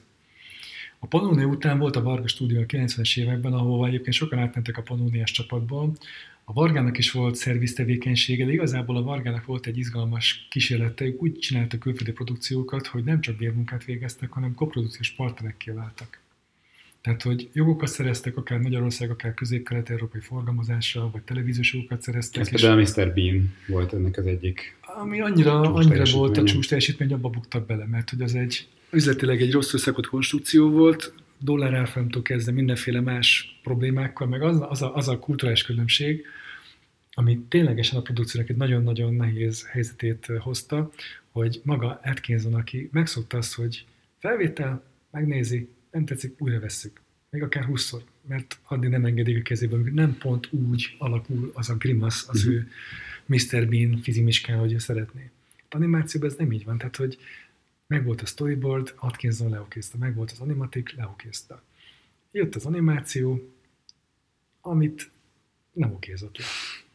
A Pannonia után volt a Varga Stúdió a kilencvenes években, ahol egyébként sokan átmentek a Pannoniás csapatból. A Vargának is volt szerviztevékenysége, de igazából a Vargának volt egy izgalmas kísérlete, ők úgy csináltak külföldi produkciókat, hogy nem csak bérmunkát végeztek, hanem koprodukciós partnerekké váltak. Tehát, hogy jogokat szereztek, akár Magyarország, akár közép-kelet-európai forgalmazásra, vagy televíziós jogokat szereztek. Ez például a miszter Bean volt ennek az egyik. Ami annyira, annyira volt a csúcs teljesítmény, abba buktak bele, mert hogy az egy üzletileg egy rossz összekott konstrukció volt, dollárárfolyamtól kezdve mindenféle más problémákkal, meg az, az, a, az a kulturális különbség, ami ténylegesen a produkciónak egy nagyon-nagyon nehéz helyzetét hozta, hogy maga Atkinson, aki megszokta azt, hogy felvétel, megnézi, nem tetszik, újra vesszük. Még akár húszszor, mert addig nem engedik a kezébe, amikor nem pont úgy alakul az a grimasz az uh-huh. ő miszter Bean fizimiskán, hogy ő szeretné. A animációban ez nem így van, tehát hogy megvolt a storyboard, Atkinson leokézta, megvolt az animatik, leokézta. Jött az animáció, amit nem okézott le.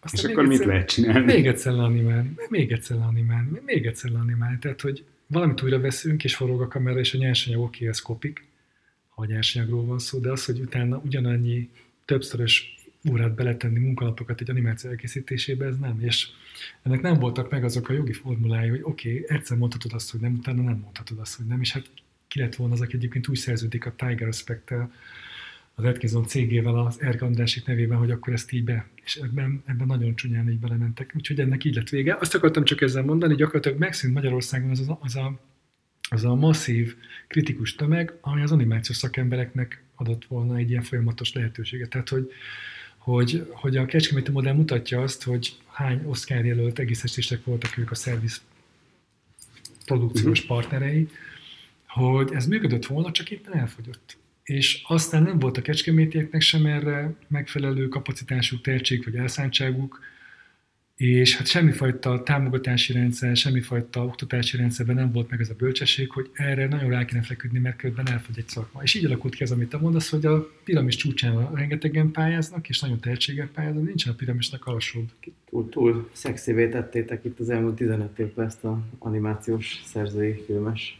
És akkor mit egyszer, lehet csinálni? Még egyszer leanimálni, még egyszer leanimálni, még egyszer leanimálni. Tehát, hogy valamit újra veszünk, és forog a kamera, és a nyersanyag oké, ez kopik, ha nyersanyagról van szó, de az, hogy utána ugyanannyi többszörös órát beletenni munkalapokat egy animáció elkészítésébe, ez nem. És ennek nem voltak meg azok a jogi formulái, hogy oké, okay, egyszer mondhatod azt, hogy nem, utána nem mondhatod azt, hogy nem. És hát ki lett volna az, aki egyébként úgy szerződik a Tiger Aspect-tel, az Atkinson cégével, az Erk Andrásik nevében, hogy akkor ezt így be, és ebben, ebben nagyon csúnyán így belementek. Úgyhogy ennek így lett vége. Azt akartam csak ezzel mondani, gyakorlatilag megszűnt Magyarországon az a, az a, az a masszív kritikus tömeg, ami az animációs szakembereknek adott volna egy ilyen folyamatos lehetőséget. Tehát, hogy, hogy, hogy a kecskeméti modell mutatja azt, hogy hány Oscar jelölt egészesítések voltak ők a szerviz produkciós partnerei, hogy ez működött volna, csak éppen elfogyott. És aztán nem volt a kecskemétieknek sem erre megfelelő kapacitásuk, tehetségük vagy elszántságuk, és hát semmifajta támogatási rendszer, semmifajta oktatási rendszerben nem volt meg ez a bölcsesség, hogy erre nagyon rá kéne feküdni, mert közben elfogy egy szakma. És így alakult ki ez, amit te mondasz, hogy a piramis csúcsán rengetegen pályáznak, és nagyon tehetséggel pályáznak, nincsen a piramisnak alsóbb. Túl, túl szexivé tettétek itt az elmúlt tizenöt évben ezt az animációs szerzői filmes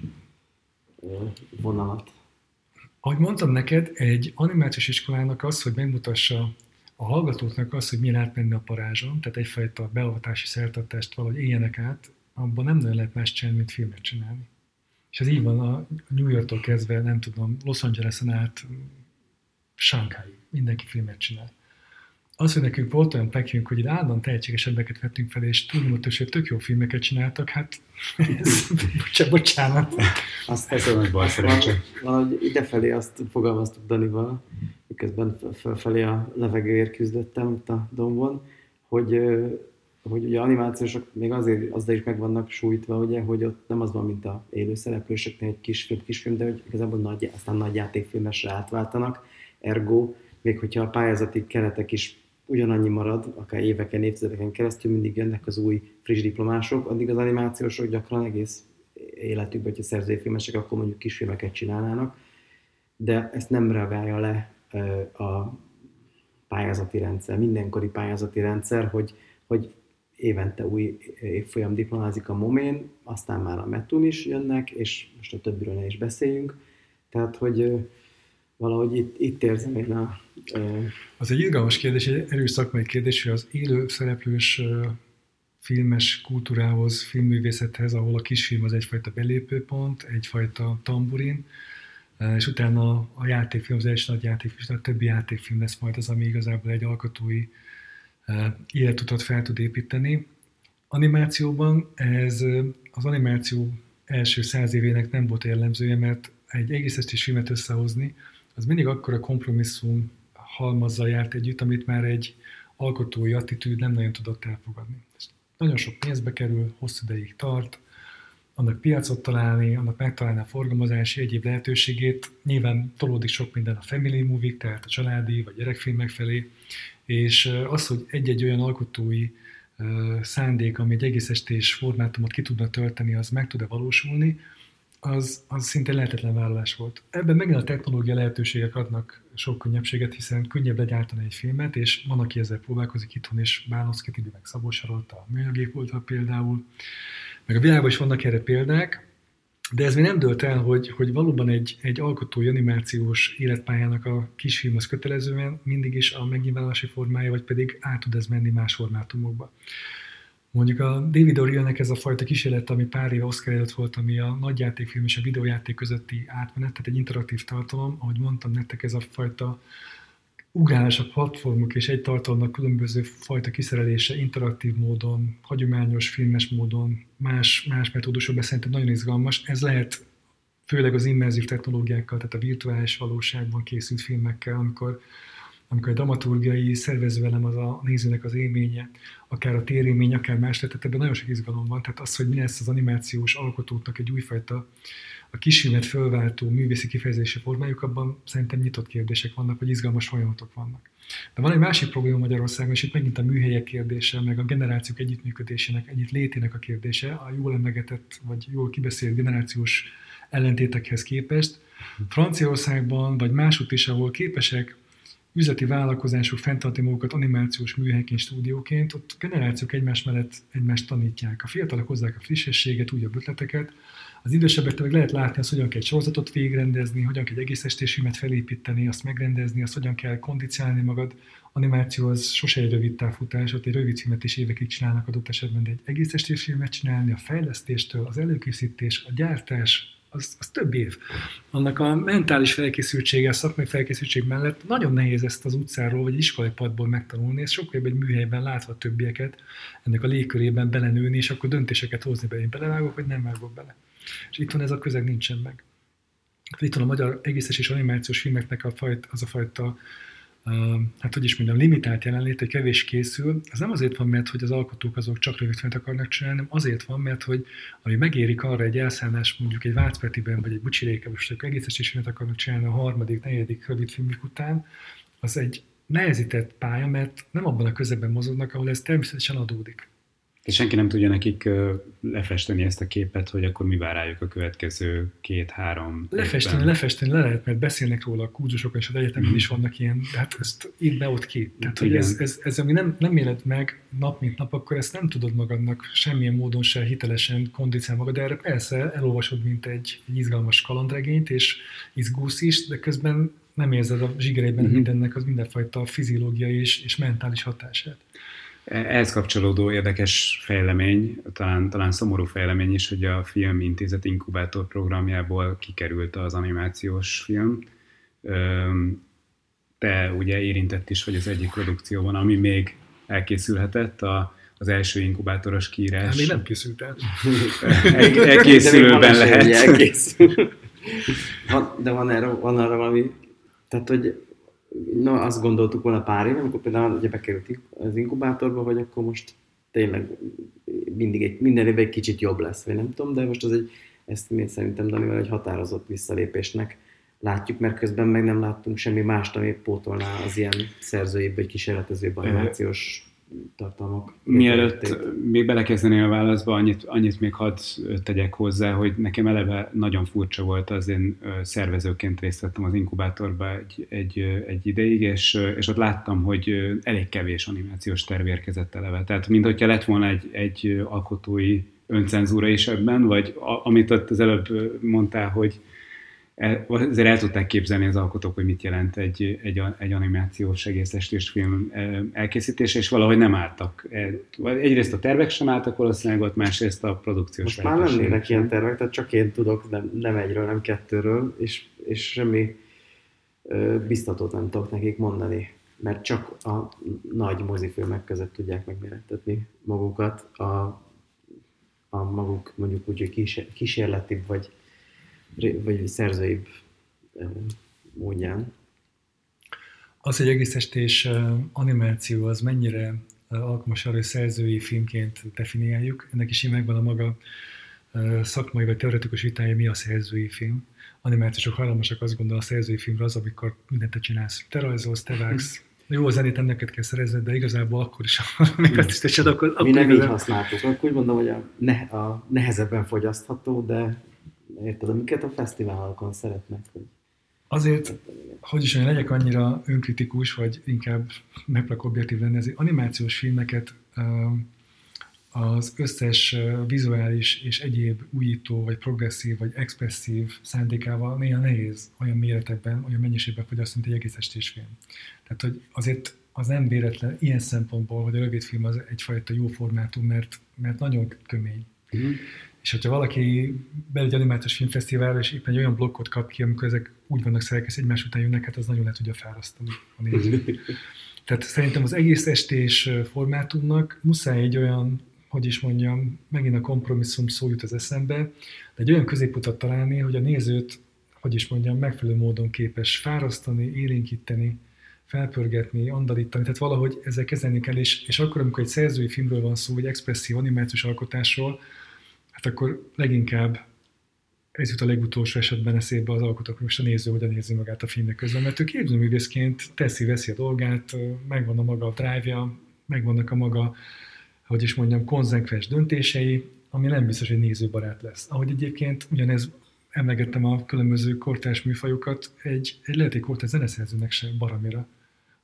vonalat. Ahogy mondtam neked, egy animációs iskolának az, hogy megmutassa a hallgatóknak az, hogy milyen átmenni a parázson, tehát egyfajta beavatási szertartást valahogy éljenek át, abban nem nagyon lehet más csinálni, mint filmet csinálni. És ez így van a New Yorktól kezdve, nem tudom, Los Angelesen át Shanghai, mindenki filmet csinál. Az, hogy nekünk volt olyan pekjünk, hogy itt állandóan tehetséges embereket vettünk fel, és túlnyomottan tök jó filmeket csináltak, hát ez, bocsánat. Azt hiszem, hogy baj szerencsé. Valahogy idefelé azt fogalmaztuk Danival, miközben felfelé a levegőért küzdöttem itt a dombon, hogy, hogy ugye animációsok még azért azzal is meg vannak sújtva, ugye, hogy ott nem az van, mint a élő szereplősöknél egy kisfilm, kisfilm, de hogy igazából nagy, aztán nagy játékfilmesre átváltanak, ergo, még hogyha a pályázati keretek is ugyanannyi marad, akár éveken, évtizedeken keresztül mindig jönnek az új friss diplomások, addig az animációsok gyakran egész életükben, hogyha szerzőfilmesek, akkor mondjuk kisfilmeket csinálnának, de ezt nem reagálja le a pályázati rendszer, mindenkori pályázati rendszer, hogy, hogy évente új évfolyam diplomázik a Momén, aztán már a Metun is jönnek, és most a többiről ne is beszéljünk, tehát hogy valahogy itt, itt érzem én a... Uh... Az egy izgalmas kérdés, egy erős szakmai kérdés, hogy az élő szereplős uh, filmes kultúrához, filmművészethez, ahol a kisfilm az egyfajta belépőpont, egyfajta tamburin, uh, és utána a játékfilm, az első nagy játékfilm, a többi játékfilm lesz majd az, ami igazából egy alkotói uh, életutat fel tud építeni. Animációban ez uh, az animáció első száz évének nem volt jellemzője, mert egy egész estés filmet összehozni, az mindig akkora kompromisszum halmazzal járt együtt, amit már egy alkotói attitűd nem nagyon tudott elfogadni. Ez nagyon sok pénzbe kerül, hosszú ideig tart, annak piacot találni, annak megtalálni a forgalmazási egyéb lehetőségét. Nyilván tolódik sok minden a family movie, tehát a családi vagy gyerekfilmek felé, és az, hogy egy-egy olyan alkotói szándék, ami egy egész estés formátumot ki tudna tölteni, az meg tud-e valósulni, Az, az szinte lehetetlen vállalás volt. Ebben megint a technológia lehetőségek adnak sok könnyebbséget, hiszen könnyebb legyártani egy filmet, és van, aki ezzel próbálkozik itthon, és Bánoszky Tibi meg Szabó Sarolta a műanyagép voltak például, meg a világban is vannak erre példák, de ez még nem dőlt el, hogy, hogy valóban egy, egy alkotói animációs életpályának a kisfilm az kötelezően mindig is a megnyilvánulási formája, vagy pedig át tud ez menni más formátumokba. Mondjuk a David O'Reillynek ez a fajta kísérlet, ami pár éve Oscar előtt volt, ami a nagyjátékfilm és a videójáték közötti átmenet, tehát egy interaktív tartalom, ahogy mondtam nektek, ez a fajta ugrálás a platformok és egy tartalomnak különböző fajta kiszerelése interaktív módon, hagyományos, filmes módon, más, más metódusokban szerintem nagyon izgalmas. Ez lehet főleg az immerzív technológiákkal, tehát a virtuális valóságban készült filmekkel, amikor amikor a dramaturgiai szervezőelem az a nézőnek az élménye, akár a térélmény, akár más, tehát ebben nagyon sok izgalom van. Tehát az, hogy mi lesz az animációs alkotóknak egy újfajta, a kisfilmet fölváltó művészi kifejezési formájuk, abban szerintem nyitott kérdések vannak, vagy izgalmas folyamatok vannak. De van egy másik probléma Magyarországon, és itt megint a műhelyek kérdése, meg a generációk együttműködésének, együtt létének a kérdése, a jól emlegetett, vagy jól kibeszélt generációs ellentétekhez képest. Franciaországban, vagy máshogy is, ahol képesek üzleti vállalkozások fenntartani magukat animációs műhelyként, stúdióként, ott generációk egymás mellett egymást tanítják. A fiatalok hozzák a frissességet, újabb ötleteket, az idősebbek meg lehet látni azt, hogyan kell egy sorozatot végigrendezni, hogyan kell egy egész estés filmet felépíteni, azt megrendezni, azt hogyan kell kondicionálni magad. Animáció az sose egy rövid távfutás, ott egy rövid filmet is évekig csinálnak adott esetben, de egy egész estés filmet csinálni, a fejlesztéstől, az előkészítés, a gyártás, az, az több év. Annak a mentális felkészültsége, a szakmai felkészültség mellett nagyon nehéz ezt az utcáról vagy iskolai padból megtanulni, és sokkal jobb egy műhelyben látva a többieket, ennek a légkörében belenőni, és akkor döntéseket hozni be, én belevágok, vagy nem vágok bele. És itthon ez a közeg nincsen meg. Itthon a magyar egészes és animációs filmeknek a fajt, az a fajta, uh, hát hogy is mondjam, limitált jelenlét, hogy kevés készül. Ez nem azért van, mert hogy az alkotók azok csak rövid filmet akarnak csinálni, hanem azért van, mert hogy ami megérik arra egy elszállás, mondjuk egy Vácz Petiben, vagy egy Bucsiréke, most egy egészes és filmet akarnak csinálni a harmadik, negyedik rövid filmük után, az egy nehezített pálya, mert nem abban a közegben mozognak, ahol ez természetesen adódik. És senki nem tudja nekik lefesteni ezt a képet, hogy akkor mi vár rájuk a következő két-három Lefesteni, évben. lefesteni le lehet, mert beszélnek róla a kurzusokon, és az egyetemen is vannak ilyen, de hát ezt írd be ott ki. Tehát, hogy ez, ez, ez, ami nem, nem éled meg nap mint nap, akkor ezt nem tudod magadnak semmilyen módon se hitelesen kondicionálni magad, de erre persze elolvasod, mint egy, egy izgalmas kalandregényt, és izgulsz is, de közben nem érzed a zsigereiben mm-hmm. mindennek az mindenfajta fiziológiai és, és mentális hatását. Ehhez kapcsolódó érdekes fejlemény, talán, talán szomorú fejlemény is, hogy a Filmintézet inkubátor programjából kikerült az animációs film. Te ugye érintett is vagy az egyik produkcióban, ami még elkészülhetett, a, az első inkubátoros kiírás. Hát még nem készült el. Elkészülőben lehet. Elkészül. Van, de van, erre, van arra valami, tehát hogy na, azt gondoltuk volna pár év, amikor például ugye bekerült az inkubátorba, hogy akkor most tényleg mindig egy, minden évben egy kicsit jobb lesz, vagy nem tudom, de most az egy, ezt én szerintem Danival egy határozott visszalépésnek látjuk, mert közben meg nem láttunk semmi mást, ami pótolná az ilyen szerzői vagy kísérletezőbb animációs tartalmak. Mielőtt még belekezdenél a válaszba, annyit, annyit még hadd tegyek hozzá, hogy nekem eleve nagyon furcsa volt, az én szervezőként részt vettem az inkubátorba egy, egy, egy ideig, és, és ott láttam, hogy elég kevés animációs terv érkezett eleve. Tehát minthogyha lett volna egy, egy alkotói öncenzúra is ebben, vagy a, amit ott az előbb mondtál, hogy El, azért el tudták képzelni az alkotók, hogy mit jelent egy, egy, egy animációs egészestés film elkészítése, és valahogy nem álltak. Egyrészt a tervek sem álltak valószínűleg ott, másrészt a produkciós most már lennének ilyen tervek, tehát csak én tudok, nem, nem egyről, nem kettőről, és, és semmi ö, biztatót nem tudok nekik mondani, mert csak a nagy mozifilmek között tudják megmérettetni magukat, a, a maguk mondjuk úgy, hogy kísér, kísérletibb vagy vagy szerzőibb módján. Az, hogy egész estés animáció az mennyire alkalmas arra, hogy szerzői filmként definiáljuk, ennek is megvan a maga szakmai vagy teoretikus vitája, mi a szerzői film. Animációsok hajlamosak azt gondol, a szerzői filmre az, amikor mindent te csinálsz. Te rajzolsz, te vágsz. Jó, a zenét nem neked kell szerezned, de igazából akkor is, amikor azt is tetsed, akkor... Mi nem így használtuk. Akkor úgy mondom, hogy a, ne, a nehezebben fogyasztható, de érted, amiket a fesztiválokon szeretnek. Hogy... Azért, hogy is mondjam, legyek annyira önkritikus, vagy inkább megpróbálok objektív lenni, az animációs filmeket az összes vizuális és egyéb újító, vagy progresszív, vagy expresszív szándékával néha nehéz olyan méretekben, olyan mennyiségben fogyasztani, mint egy egész estés film. Tehát, hogy azért az nem véletlen ilyen szempontból, hogy a rövidfilm az egyfajta jó formátum, mert, mert nagyon kömény. Mm. És hogyha valaki bemegy egy animációs filmfesztiválra, és éppen egy olyan blokkot kap ki, amikor ezek úgy vannak szerkesztve, egymás után jönnek, hát az nagyon le tudja fárasztani a nézőt. Tehát szerintem az egész estés formátumnak muszáj egy olyan, hogy is mondjam, megint a kompromisszum szó jut az eszembe, de egy olyan középutat találni, hogy a nézőt, hogy is mondjam, megfelelő módon képes fárasztani, élénkíteni, felpörgetni, andalítani, tehát valahogy ezzel kezelni kell, és, és akkor, amikor egy szerzői filmről van szó, vagy expresszív animációs alkotásról, hát akkor leginkább ez jut a legutolsó esetben eszébe az alkotók, most a néző hogyan érzi magát a filmnek közben, mert ő képzőművészként teszi-veszi a dolgát, megvan a maga a drive-ja, megvannak a maga, hogy is mondjam, konzekvens döntései, ami nem biztos, hogy nézőbarát lesz. Ahogy egyébként ugyanez, emlegettem a különböző kortárs műfajokat, egy, egy lehet egy kortárs zeneszerzőnek sem baromira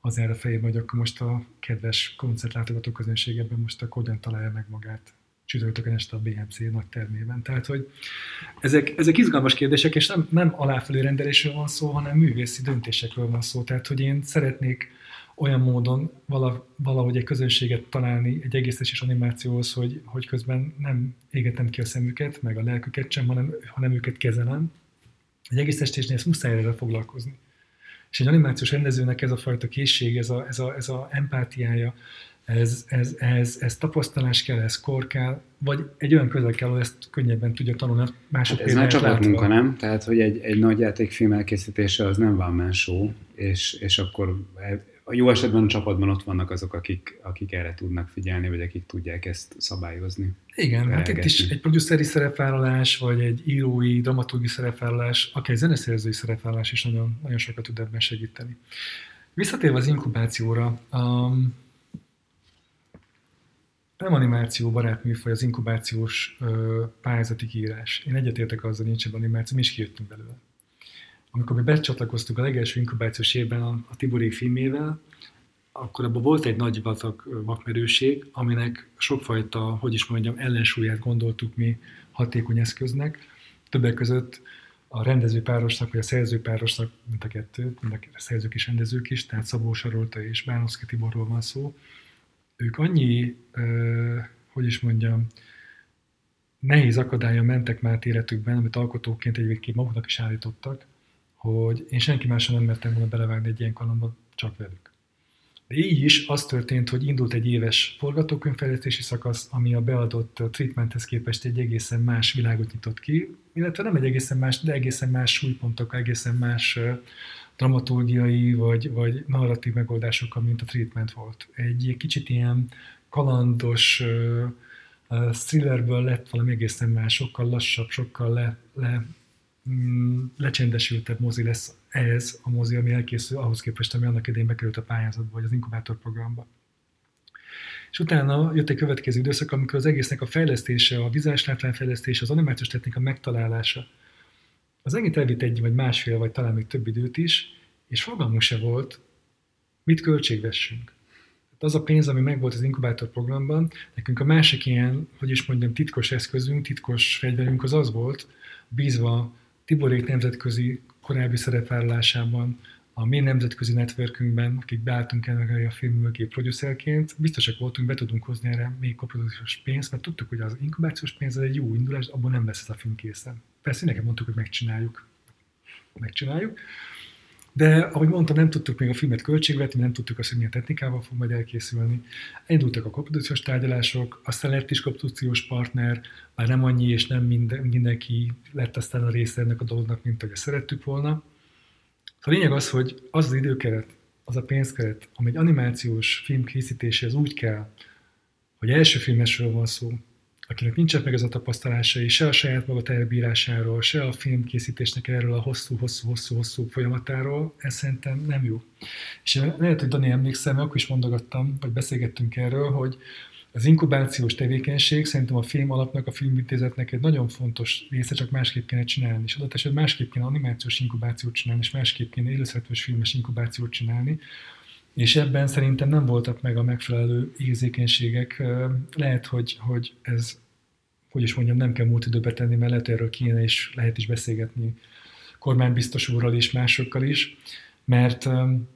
az erre fejében, hogy akkor most a kedves koncertlátogató közönség ebben most akkor hogyan találja meg magát csütörtökön este a bé em cé nagy termében. Tehát, hogy ezek, ezek izgalmas kérdések, és nem, nem aláfelé rendelésről van szó, hanem művészi döntésekről van szó. Tehát, hogy én szeretnék olyan módon valahogy egy közönséget találni egy egészes animációhoz, hogy, hogy közben nem égetem ki a szemüket, meg a lelküket sem, hanem, hanem őket kezelem. Egy egészesítésnél ezt muszáj erre foglalkozni. És egy animációs rendezőnek ez a fajta készség, ez a, ez a, ez a empátiája, ez, ez, ez, ez tapasztalás kell, ez kor kell, vagy egy olyan közel kell, hogy ezt könnyebben tudja tanulni mások hát ez már csapatmunka, nem? Tehát, hogy egy, egy nagy játékfilm elkészítése az nem van man show, és, és akkor a jó esetben a csapatban ott vannak azok, akik, akik erre tudnak figyelni, vagy akik tudják ezt szabályozni. Igen, hát itt is egy produceri szerepvállalás, vagy egy írói, dramaturgi szerepvállalás, akár egy zeneszerzői szerepvállalás is nagyon, nagyon sokat tud ebben segíteni. Visszatérve az inkubációra, um, nem animáció barát műfaj az inkubációs uh, pályázati kiírás. Én egyetértek azzal, nincs ebben animáció, mi is kijöttünk belőle. Amikor mi becsatlakoztunk a legelső inkubációs évben a, a Tiborék filmével, akkor abban volt egy nagy vacak vakmerőség, aminek sokfajta, hogy is mondjam, ellensúlyát gondoltuk mi hatékony eszköznek. Többek között a rendezőpárosnak, vagy a szerzőpárosnak, mint a kettő, mind a szerzők és rendezők is, tehát Szabó Sarolta és Bánoszki Tiborról van szó. Ők annyi, ö, hogy is mondjam, nehéz akadályon mentek már életükben, amit alkotóként egyébként maguknak is állítottak, hogy én senki máson nem mertem volna belevágni egy ilyen kalandba, csak velük. De így is az történt, hogy indult egy éves forgatókönyvfejlesztési szakasz, ami a beadott treatmenthez képest egy egészen más világot nyitott ki, illetve nem egy egészen más, de egészen más súlypontok, egészen más dramaturgiai vagy, vagy narratív megoldásokkal, mint a treatment volt. Egy kicsit ilyen kalandos uh, thrillerből lett valami egészen más, sokkal lassabb, sokkal le, le, mm, lecsendesültebb mozi lesz ez a mozi, ami elkészül ahhoz képest, ami annak idején bekerült a pályázatba, vagy az inkubátorprogramba. És utána jött egy következő időszak, amikor az egésznek a fejlesztése, a vizuális látványfejlesztése, az animációs technika megtalálása, az egész elvitt egy vagy másfél, vagy talán még több időt is, és fogalmunk se volt, mit költségvessünk. Az a pénz, ami megvolt az inkubátorprogramban, nekünk a másik ilyen, hogy is mondjam, titkos eszközünk, titkos fegyverünk az az volt, bízva Tiborék nemzetközi korábbi szerepvállalásában, a mi nemzetközi networkünkben, akik beálltunk ennek a film mögé producerként, biztosak voltunk, be tudunk hozni erre még koprodukciós pénzt, mert tudtuk, hogy az inkubációs pénz egy jó indulás, abból nem lesz ez a film készen. Persze nekem mondtuk, hogy megcsináljuk. Megcsináljuk. De ahogy mondtam, nem tudtuk még a filmet költségvetni, nem tudtuk azt, hogy milyen technikával fog majd elkészülni. Elindultak a koprodukciós tárgyalások, aztán lett is koprodukciós partner, bár nem annyi, és nem minden, mindenki lett aztán a része ennek a dolognak, mint ahogy szerettük volna. A lényeg az, hogy az az időkeret, az a pénzkeret, ami egy animációs film készítéséhez úgy kell, hogy első filmesről van szó, akinek nincsen meg ez a tapasztalásai, se a saját maga terbírásáról, se a filmkészítésnek erről a hosszú-hosszú-hosszú-hosszú folyamatáról, ez szerintem nem jó. És lehet, hogy Dani emlékszem, akkor is mondogattam, vagy beszélgettünk erről, hogy az inkubációs tevékenység szerintem a film alapnak, a filmintézetnek egy nagyon fontos része, csak másképp kéne csinálni. És adott esetben másképp kéne animációs inkubációt csinálni, és másképp kéne élőszereplős filmes inkubációt csinálni. És ebben szerintem nem voltak meg a megfelelő érzékenységek. Lehet, hogy, hogy ez, hogy is mondjam, nem kell múlt időbe tenni, mert lehet erről kéne, és lehet is beszélgetni kormánybiztos úrral és másokkal is, mert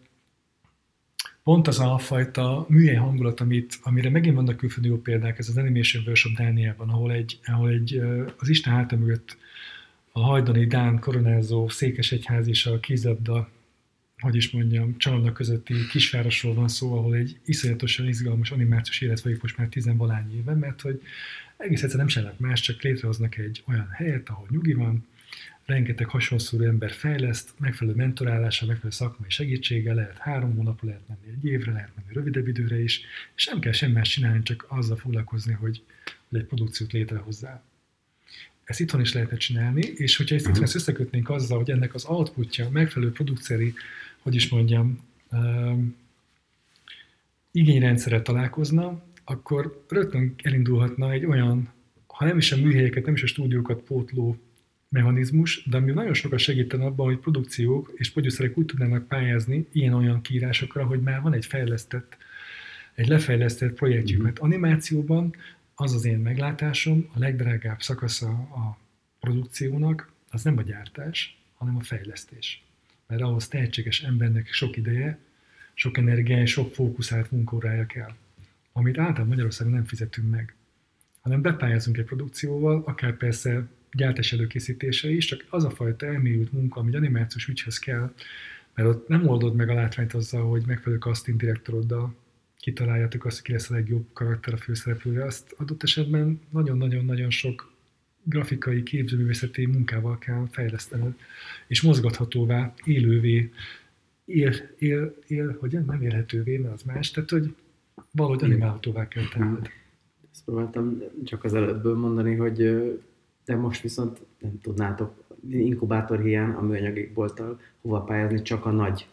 pont az a fajta műhely hangulat, amit, amire megint vannak külföldi jó példák, ez az Animation Workshop Dániában, ahol, egy, ahol egy, az Isten háta mögött a hajdani dán koronázó székesegyház és a kézilabda, hogy is mondjam, családnak közötti kisvárosról van szó, ahol egy iszonyatosan izgalmas animációs élet vagyok most már tizenvalány éve, mert hogy egész egyszer nem csinálnak más, csak létrehoznak egy olyan helyet, ahol nyugi van, rengeteg hasonló ember fejleszt, megfelelő mentorálással, megfelelő szakmai segítséggel, lehet három hónapra, lehet menni egy évre, lehet menni rövidebb időre is, és nem kell semmi más csinálni, csak azzal foglalkozni, hogy, hogy egy produkciót létrehozzál. Ezt itthon is lehetne csinálni, és hogyha ezt itthon ezt összekötnénk azzal, hogy ennek az outputja megfelelő produkciai, hogy is mondjam, um, igényrendszerrel találkozna, akkor rögtön elindulhatna egy olyan, ha nem is a műhelyeket, nem is a stúdiókat pótló mechanizmus, de ami nagyon sokat segítene abban, hogy produkciók és producerek úgy tudnának pályázni ilyen-olyan kiírásokra, hogy már van egy fejlesztett, egy lefejlesztett projektjük, mert animációban az az én meglátásom, a legdrágább szakasza a produkciónak, az nem a gyártás, hanem a fejlesztés. Mert ahhoz tehetséges embernek sok ideje, sok energiája, sok fókuszált munkórája kell, amit általában Magyarországon nem fizetünk meg, hanem bepályázunk egy produkcióval, akár persze gyártás előkészítése is, csak az a fajta elmélyült munka, ami animációs ügyhöz kell, mert ott nem oldod meg a látványt azzal, hogy megfelelő casting direktoroddal kitaláljátok azt, hogy ki lesz a legjobb karakter a főszereplőre, azt adott esetben nagyon-nagyon-nagyon sok grafikai, képzőművészeti munkával kell fejlesztened, és mozgathatóvá, élővé, él, él, él, hogy nem élhetővé, mert az más, tehát hogy valahogy animálhatóvá kell tenned. Ezt próbáltam csak az előbből mondani, hogy de most viszont nem tudnátok inkubátor hiány a műanyagi bolttal hova pályázni, csak a nagy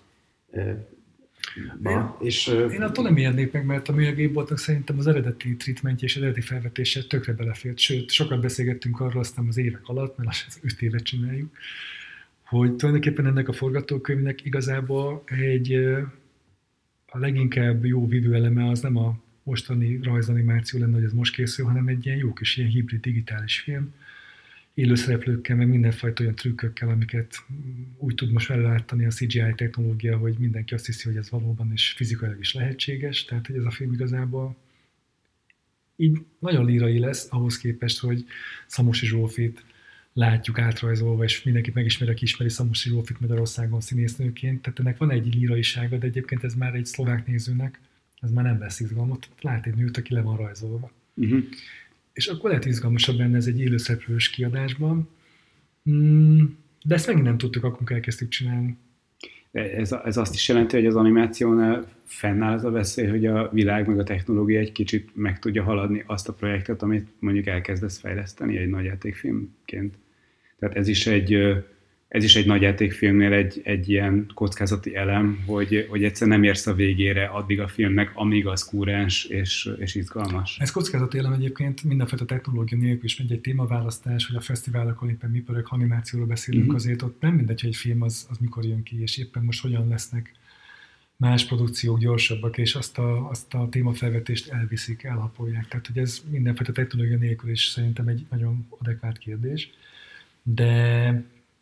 ba. Én, és, én attól nem ijednék meg, mert a műanyagi boltnak szerintem az eredeti treatmentje és eredeti felvetése tökre belefért. Sőt, sokat beszélgettünk arról aztán az évek alatt, mert lassan öt évet csináljuk, hogy tulajdonképpen ennek a forgatókönyvnek igazából egy a leginkább jó vívőeleme az nem a mostani rajzanimáció lenne, hogy ez most készül, hanem egy ilyen jó kis ilyen hibrid digitális film, élőszereplőkkel, meg mindenfajta olyan trükkökkel, amiket úgy tud most előállítani a cé gé í technológia, hogy mindenki azt hiszi, hogy ez valóban is fizikailag is lehetséges, tehát hogy ez a film igazából így nagyon lírai lesz ahhoz képest, hogy Szamosi Zsófit látjuk átrajzolva, és mindenki megismeri, aki ismeri Szamosi Zsófit Magyarországon színésznőként, tehát ennek van egy líraisága, de egyébként ez már egy szlovák nézőnek, ez már nem vesz izgalmat, lát egy nőt, aki le van rajzolva. Uh-huh. És akkor lehet izgalmasabb benne ez egy élőszereplős kiadásban. De ezt megint nem tudtuk, akkor elkezdtük csinálni. Ez, ez azt is jelenti, hogy az animációnál fennáll az a veszély, hogy a világ meg a technológia egy kicsit meg tudja haladni azt a projektet, amit mondjuk elkezdesz fejleszteni egy nagyjátékfilmként. Tehát ez is egy, ez is egy nagyjátékfilmnél egy, egy ilyen kockázati elem, hogy, hogy egyszer nem érsz a végére addig a filmnek, amíg az kúrens és, és izgalmas. Ez kockázati elem egyébként mindenfajta technológia nélkül is megy egy témaválasztás, hogy a fesztiválokon éppen mi pörög, animációról beszélünk, mm-hmm. azért ott nem mindegy, hogy egy film az, az mikor jön ki, és éppen most hogyan lesznek más produkciók gyorsabbak, és azt a, azt a témafelvetést elviszik, elhapolják. Tehát, hogy ez mindenfajta technológia nélkül is szerintem egy nagyon adekvát kérdés. De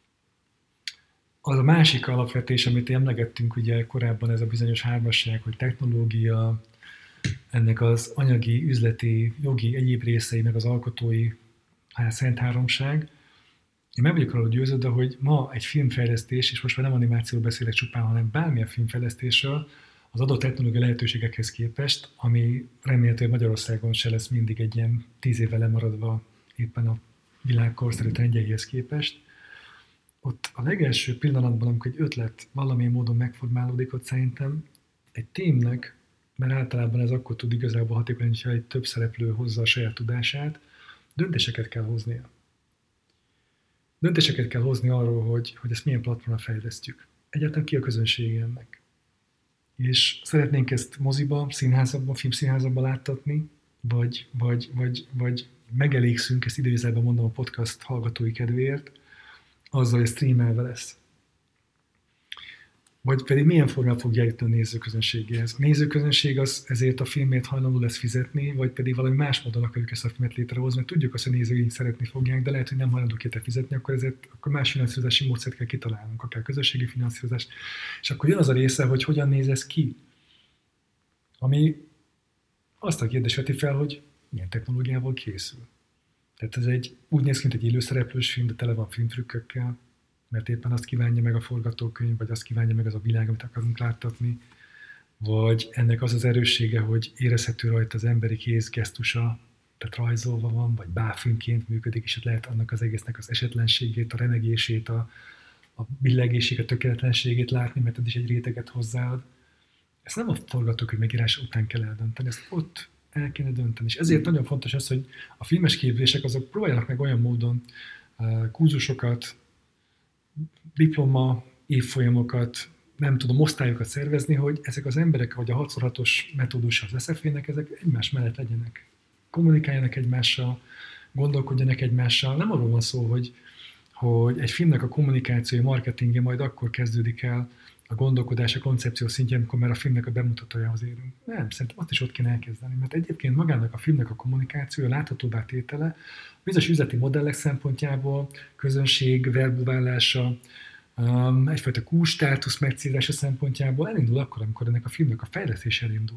az a másik alapvetés, amit emlegettünk ugye korábban, ez a bizonyos hármasság, hogy technológia, ennek az anyagi, üzleti, jogi, egyéb részei, meg az alkotói hát, szent háromság. Én meg vagyok arról győződve, hogy ma egy filmfejlesztés, és most már nem animációról beszélek csupán, hanem bármilyen filmfejlesztésről, az adott technológiai lehetőségekhez képest, ami remélhetően Magyarországon se lesz mindig egy ilyen tíz évvel lemaradva éppen a világ korszerű trendjeihez képest, ott a legelső pillanatban, amikor egy ötlet valamilyen módon megformálódik, ott szerintem egy teamnek, mert általában ez akkor tud igazából hatékony, hogyha egy több szereplő hozza a saját tudását, döntéseket kell hoznia. Döntéseket kell hozni arról, hogy, hogy ezt milyen platformra fejlesztjük. Egyáltalán ki a közönsége ennek. És szeretnénk ezt moziba, színházakban, filmszínházakban láttatni, vagy, vagy, vagy, vagy megelégszünk, ezt idézőjelben mondom a podcast hallgatói kedvéért, azzal, hogy streamelve lesz. Vagy pedig milyen formát fogja jutni a nézőközönségéhez. A nézőközönség az ezért a filmért hajlandó lesz fizetni, vagy pedig valami más módon akarjuk ezt a filmet létrehozni, mert tudjuk azt, hogy a nézőink szeretni fogják, de lehet, hogy nem hajlandók érte fizetni, akkor ezért akkor más finanszírozási módszert kell kitalálnunk, akár közösségi finanszírozást. És akkor jön az a része, hogy hogyan néz ez ki. Ami azt a kérdést veti fel, hogy milyen technológiával készül. Tehát ez egy, úgy néz ki, mint egy élőszereplős film, de tele van filmtrükkökkel, mert éppen azt kívánja meg a forgatókönyv, vagy azt kívánja meg az a világ, amit akarunk láttatni, vagy ennek az az erőssége, hogy érezhető rajta az emberi kéz gesztusa, tehát rajzolva van, vagy báfilmként működik, és ott lehet annak az egésznek az esetlenségét, a remegését, a, a billegését, a tökéletlenségét látni, mert ez is egy réteget hozzáad. Ezt nem a forgatókönyv megírása után kell eldönteni, ezt ott el kéne dönteni. És ezért nagyon fontos az, hogy a filmes képzések azok próbáljanak meg olyan módon uh, kurzusokat, diploma, évfolyamokat, nem tudom, osztályokat szervezni, hogy ezek az emberek, vagy a hat szor hatos metódussal az es ef é-nek, ezek egymás mellett legyenek. Kommunikáljanak egymással, gondolkodjanak egymással. Nem arról van szó, hogy hogy egy filmnek a kommunikációja, marketingje majd akkor kezdődik el a gondolkodás, a koncepció szintjén, amikor már a filmnek a bemutatójához érünk. Nem, szerintem azt is ott kéne elkezdeni, mert egyébként magának a filmnek a kommunikációja, láthatóvá tétele, bizonyos üzleti modellek szempontjából, közönség, verbuválása, um, egyfajta kulcsstátusz megcélása szempontjából elindul akkor, amikor ennek a filmnek a fejlesztése elindul.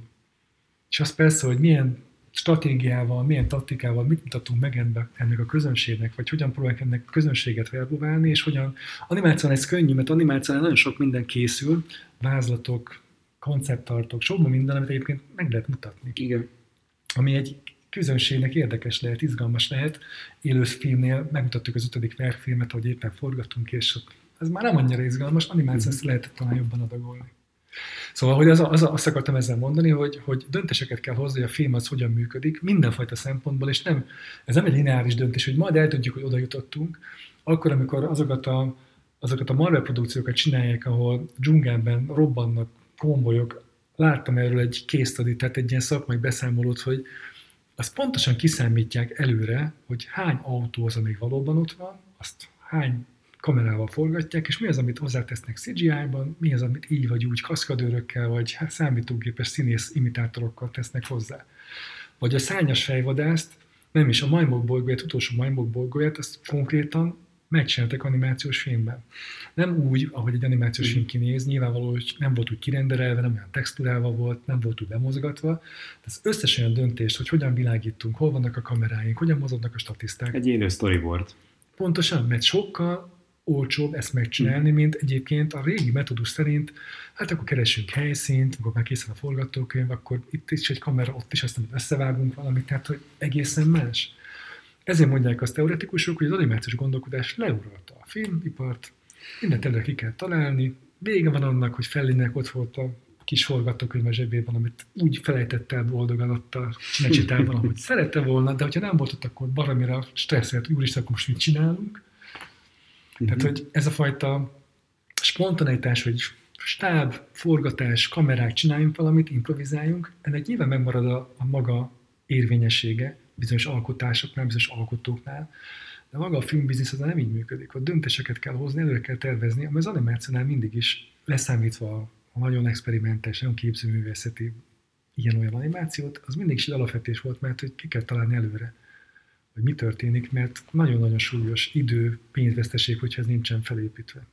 És az persze, hogy milyen stratégiával, milyen taktikával, mit mutatunk meg ennek a közönségnek, vagy hogyan próbáljuk ennek a közönséget verbuválni, és hogyan animációan ez könnyű, mert animációan nagyon sok minden készül, vázlatok, konceptartok, sok minden, amit egyébként meg lehet mutatni. Igen. Ami egy közönségnek érdekes lehet, izgalmas lehet. Élő filmnél megmutattuk az ötödik verkfilmet, ahogy éppen forgattunk, és ez már nem annyira izgalmas, animáció ezt lehetett talán jobban adagolni. Szóval, hogy az, az, azt akartam ezzel mondani, hogy, hogy döntéseket kell hozni, hogy a film az hogyan működik, mindenfajta szempontból, és nem, ez nem egy lineáris döntés, hogy majd eldöntjük, hogy oda jutottunk, akkor, amikor azokat a, azokat a Marvel produkciókat csinálják, ahol dzsungelben robbannak konvojok, láttam erről egy case study, tehát egy ilyen szakmai beszámolót, hogy azt pontosan kiszámítják előre, hogy hány autó az, amíg valóban ott van, azt hány kamerával forgatják, és mi az, amit hozzátesznek cé gé í-ban, mi az, amit így vagy úgy kaszkadőrökkel, vagy hát számítógépes színész imitátorokkal tesznek hozzá. Vagy a szárnyas fejvadászt, nem is a majmok bolygóját, utolsó majmok bolygóját, azt konkrétan megcsináltak animációs filmben. Nem úgy, ahogy egy animációs film kinéz, nyilvánvaló, hogy nem volt úgy kirenderelve, nem olyan textúrával volt, nem volt úgy bemozgatva. De az összes olyan döntést, hogy hogyan világítunk, hol vannak a kameráink, hogyan mozognak a statiszták. Egy élő storyboard. Pontosan, mert sokkal olcsóbb ezt megcsinálni, mint egyébként a régi metódus szerint, hát akkor keresünk helyszínt, amikor már készen a forgatókönyv, akkor itt is egy kamera, ott is aztán összevágunk valamit, tehát hogy egészen más. Ezért mondják azt teoretikusok, hogy az animációs gondolkodás leuralta a filmipart, minden területre ki kell találni, vége van annak, hogy Fellinek ott volt a kis forgatókönyv a zsebében, amit úgy felejtett el boldogan ott a csinecsitában, ahogy szerette volna, de hogyha nem volt ott, akkor valamire stresszelt, úristen, akkor most mit csinálunk. Uh-huh. Tehát, hogy ez a fajta spontaneitás, hogy stáb, forgatás, kamerák, csináljunk valamit, improvizáljunk, ennek nyilván megmarad a, a maga érvényessége bizonyos alkotásoknál, bizonyos alkotóknál, de maga a filmbiznisz az nem így működik. Ott döntéseket kell hozni, előre kell tervezni, ami az animációnál mindig is leszámítva a nagyon experimentális, nagyon képzőművészeti ilyen-olyan animációt, az mindig is egy alapvetés volt, mert hogy ki kell találni előre, hogy mi történik, mert nagyon-nagyon súlyos idő, pénzveszteség, hogyha ez nincsen felépítve.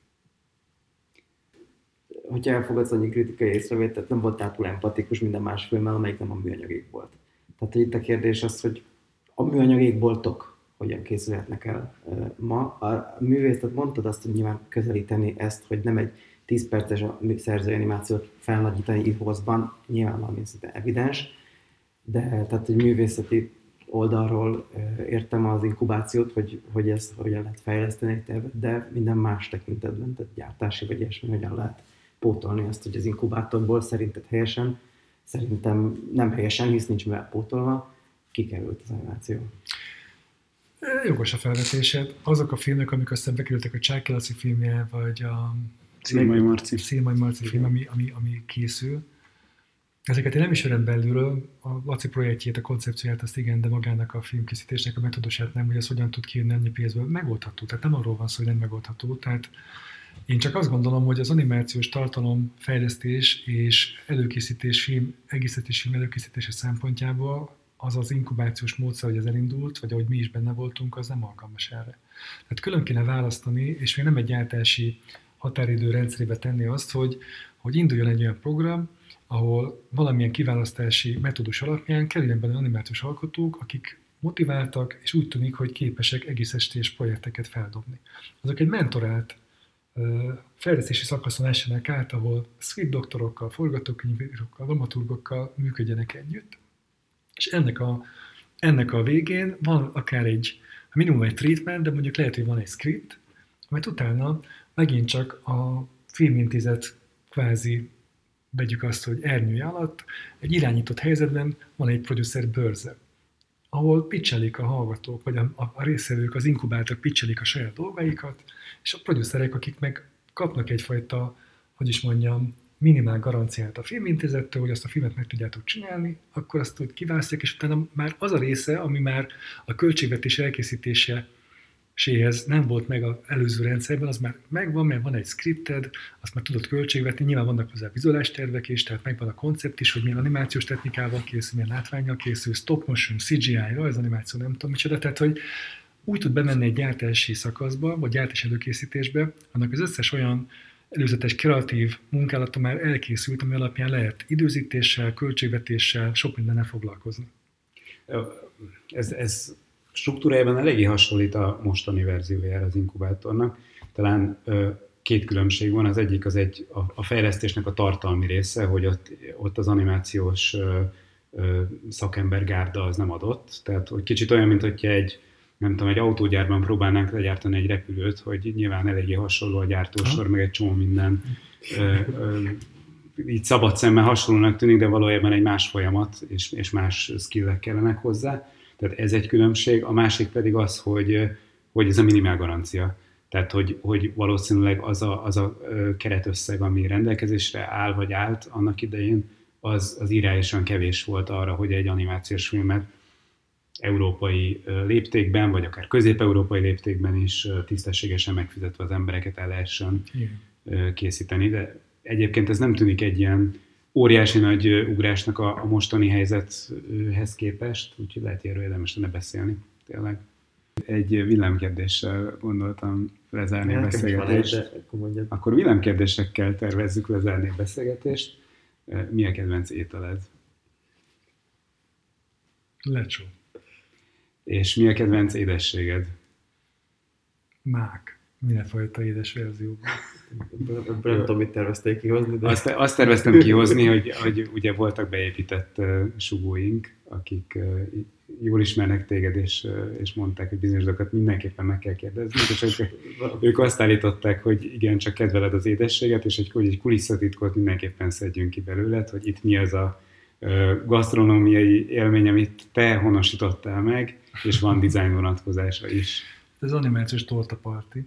Hogyha elfogadsz annyi kritikai észrevételt, nem voltál túl empatikus minden más filmmel, amelyik nem a műanyagék volt. Tehát itt a kérdés az, hogy a műanyagékboltok hogyan készülhetnek el ma. A művészet mondtad azt, hogy nyilván közelíteni ezt, hogy nem egy tíz perces szerzői animációt felnagyítani ihozban, nyilván valami szinte evidens, de tehát egy művészeti oldalról értem az inkubációt, hogy, hogy ezt hogyan lehet fejleszteni egy tervet, de minden más tekintetben, tehát gyártási vagy ilyesmi, hogyan lehet pótolni azt, hogy az inkubátorból szerinted helyesen, szerintem nem helyesen, hisz nincs mivel pótolva, kikerült az animáció. Jogos a felvetésed. Azok a filmek, amik aztán bekerültek a Csáky Laci filmje, vagy a Szirmai Marci, Szirmai Marci film, ami, ami, ami készül. Ezeket én nem ismerem belülről, a Laci projektjét, a koncepcióját, azt igen, de magának a filmkészítésnek a metódusát nem, hogy ez hogyan tud kijönni ennyi pénzből. Megoldható, tehát nem arról van szó, hogy nem megoldható. Tehát én csak azt gondolom, hogy az animációs tartalom fejlesztés és előkészítés, film, egészítés film előkészítése szempontjából az az inkubációs módszer, hogy ez elindult, vagy ahogy mi is benne voltunk, az nem alkalmas erre. Tehát külön kéne választani, és még nem egy gyártási határidő rendszerébe tenni azt, hogy, hogy induljon egy olyan program, ahol valamilyen kiválasztási metódus alapján kerüljen benne animációs alkotók, akik motiváltak, és úgy tűnik, hogy képesek egész estés projekteket feldobni. Azok egy mentorált fejlesztési szakaszon essenek át, ahol script doktorokkal, forgatókönyvírókkal, dramaturgokkal működjenek együtt, és ennek a, ennek a végén van akár egy, minimum egy treatment, de mondjuk lehet, hogy van egy script, amit utána megint csak a filmintézet kvázi, vegyük azt, hogy ernyője alatt, egy irányított helyzetben van egy producer bőrze, ahol pitchelik a hallgatók, vagy a, a, a résztvevők, az inkubáltak pitchelik a saját dolgaikat, és a producerek, akik meg kapnak egyfajta, hogy is mondjam, minimál garanciát a filmintézettől, hogy azt a filmet meg tudjátok csinálni, akkor azt úgy kiválasztják, és utána már az a része, ami már a költségvetés elkészítése séhez nem volt meg az előző rendszerben, az már megvan, mert van egy scripted, azt már tudod költségvetni, nyilván vannak hozzá vizuális tervek is, tehát megvan a koncept is, hogy milyen animációs technikával készül, milyen látvánnyal készül, stop motion, cé gé í, rajzanimáció, nem tudom micsoda, tehát hogy úgy tud bemenni egy gyártási szakaszba, vagy gyártási előkészítésbe, annak az összes olyan előzetes kreatív munkálata már elkészült, ami alapján lehet időzítéssel, költségvetéssel, sok mindennel foglalkozni. Ez, ez struktúrájában eléggé hasonlít a mostani verziójára az inkubátornak. Talán ö, két különbség van. Az egyik az egy, a, a fejlesztésnek a tartalmi része, hogy ott, ott az animációs ö, ö, szakembergárda az nem adott. Tehát hogy kicsit olyan, mint hogyha egy, nem tudom, egy autógyárban próbálnánk legyártani egy repülőt, hogy nyilván eléggé hasonló a gyártósor, meg egy csomó minden. Ö, ö, így szabad szemmel hasonlónak tűnik, de valójában egy más folyamat és, és más skillek kellenek hozzá. Tehát ez egy különbség. A másik pedig az, hogy, hogy ez a minimál garancia. Tehát, hogy, hogy valószínűleg az a, az a keretösszeg, ami rendelkezésre áll, vagy állt annak idején, az, az irányosan kevés volt arra, hogy egy animációs filmet európai léptékben, vagy akár közép-európai léptékben is tisztességesen megfizetve az embereket el lehessen Igen. készíteni. De egyébként ez nem tűnik egy ilyen óriási nagy ugrásnak a, a mostani helyzethez képest, úgyhogy lehet erről érdemes lenne beszélni, tényleg. Egy villámkérdéssel gondoltam lezárni a beszélgetést. De, akkor, akkor villámkérdésekkel tervezzük lezárni a beszélgetést. Mi a kedvenc ételed? Lecsó. És mi a kedvenc édességed? Mák. Mindenfajta édes verzióban. Nem tudom, mit tervezték kihozni. De... Azt, azt terveztem kihozni, hogy, hogy ugye voltak beépített uh, sugóink, akik uh, jól ismernek téged, és, uh, és mondták, hogy bizonyos dolgokat mindenképpen meg kell kérdezni. És ők, ők azt állították, hogy igen, csak kedveled az édességet, és hogy egy kulisszatitkot mindenképpen szedjünk ki belőled, hogy itt mi az a uh, gasztronómiai élmény, amit te honosítottál meg, és van design vonatkozása is. Ez animációs tortaparti.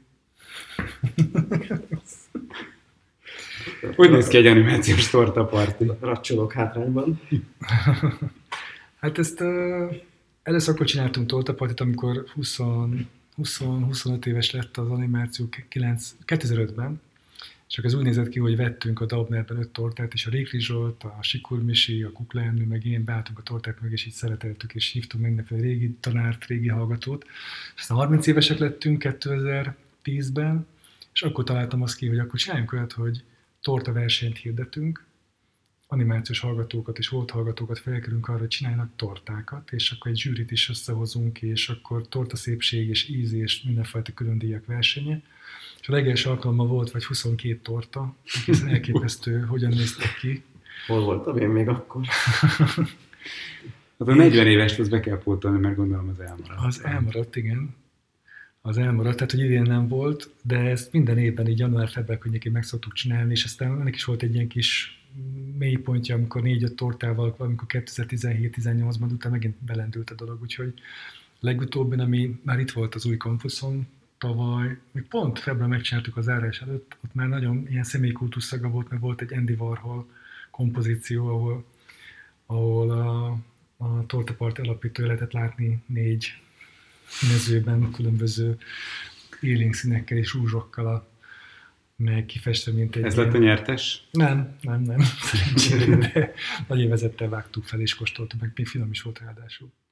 Hogy néz ki egy animációs tortaparti? Racsolok hátrányban. Hát ezt uh, először akkor csináltunk tortapartit, amikor húsz-huszonöt éves lett az animáció kétezer-ötben, és akkor ez úgy nézett ki, hogy vettünk a Dabnerben öt tortát, és a Rékli Zsolt, a Sikur Misi, a Kukla Ernő, meg én beálltunk a torták meg, és így szereteltük, és hívtunk mindenféle régi tanárt, régi hallgatót. Aztán harminc évesek lettünk kétezer-tízben, és akkor találtam azt ki, hogy akkor csináljunk olyat, hogy tortaversenyt hirdetünk, animációs hallgatókat és volt hallgatókat felkerülünk arra, hogy csinálnak tortákat, és akkor egy zsűrit is összehozunk, és akkor tortaszépség és íz és mindenfajta külön díjak versenye. És a legelső alkalommal volt vagy huszonkét torta, egészen elképesztő, hogyan néztek ki. Hol voltam én még akkor? Hát a negyven éves be kell pótolni, mert gondolom az elmaradt. Az elmaradt, igen. Az elmaradt, tehát hogy idén nem volt, de ezt minden évben így január-február környékén meg szoktuk csinálni, és aztán ennek is volt egy ilyen kis mélypontja, amikor négy-öt tortával, amikor kétezer-tizenhét-tizennyolcban utána megint belendült a dolog, úgyhogy legutóbbi, ami már itt volt az új kampuszon, tavaly, még pont február megcsináltuk az zárás előtt, ott már nagyon ilyen személykultusz szaga volt, mert volt egy Andy Warhol kompozíció, ahol, ahol a, a tortapart alapítója lehetett látni négy mezőben különböző élénk színekkel és rúzsokkal a meg kifestve, mint egy... Ez lett a nyertes? Nem, nem, nem, szerencsére, de nagy évezettel vágtuk fel és kóstoltuk, meg még finom is volt ráadásul.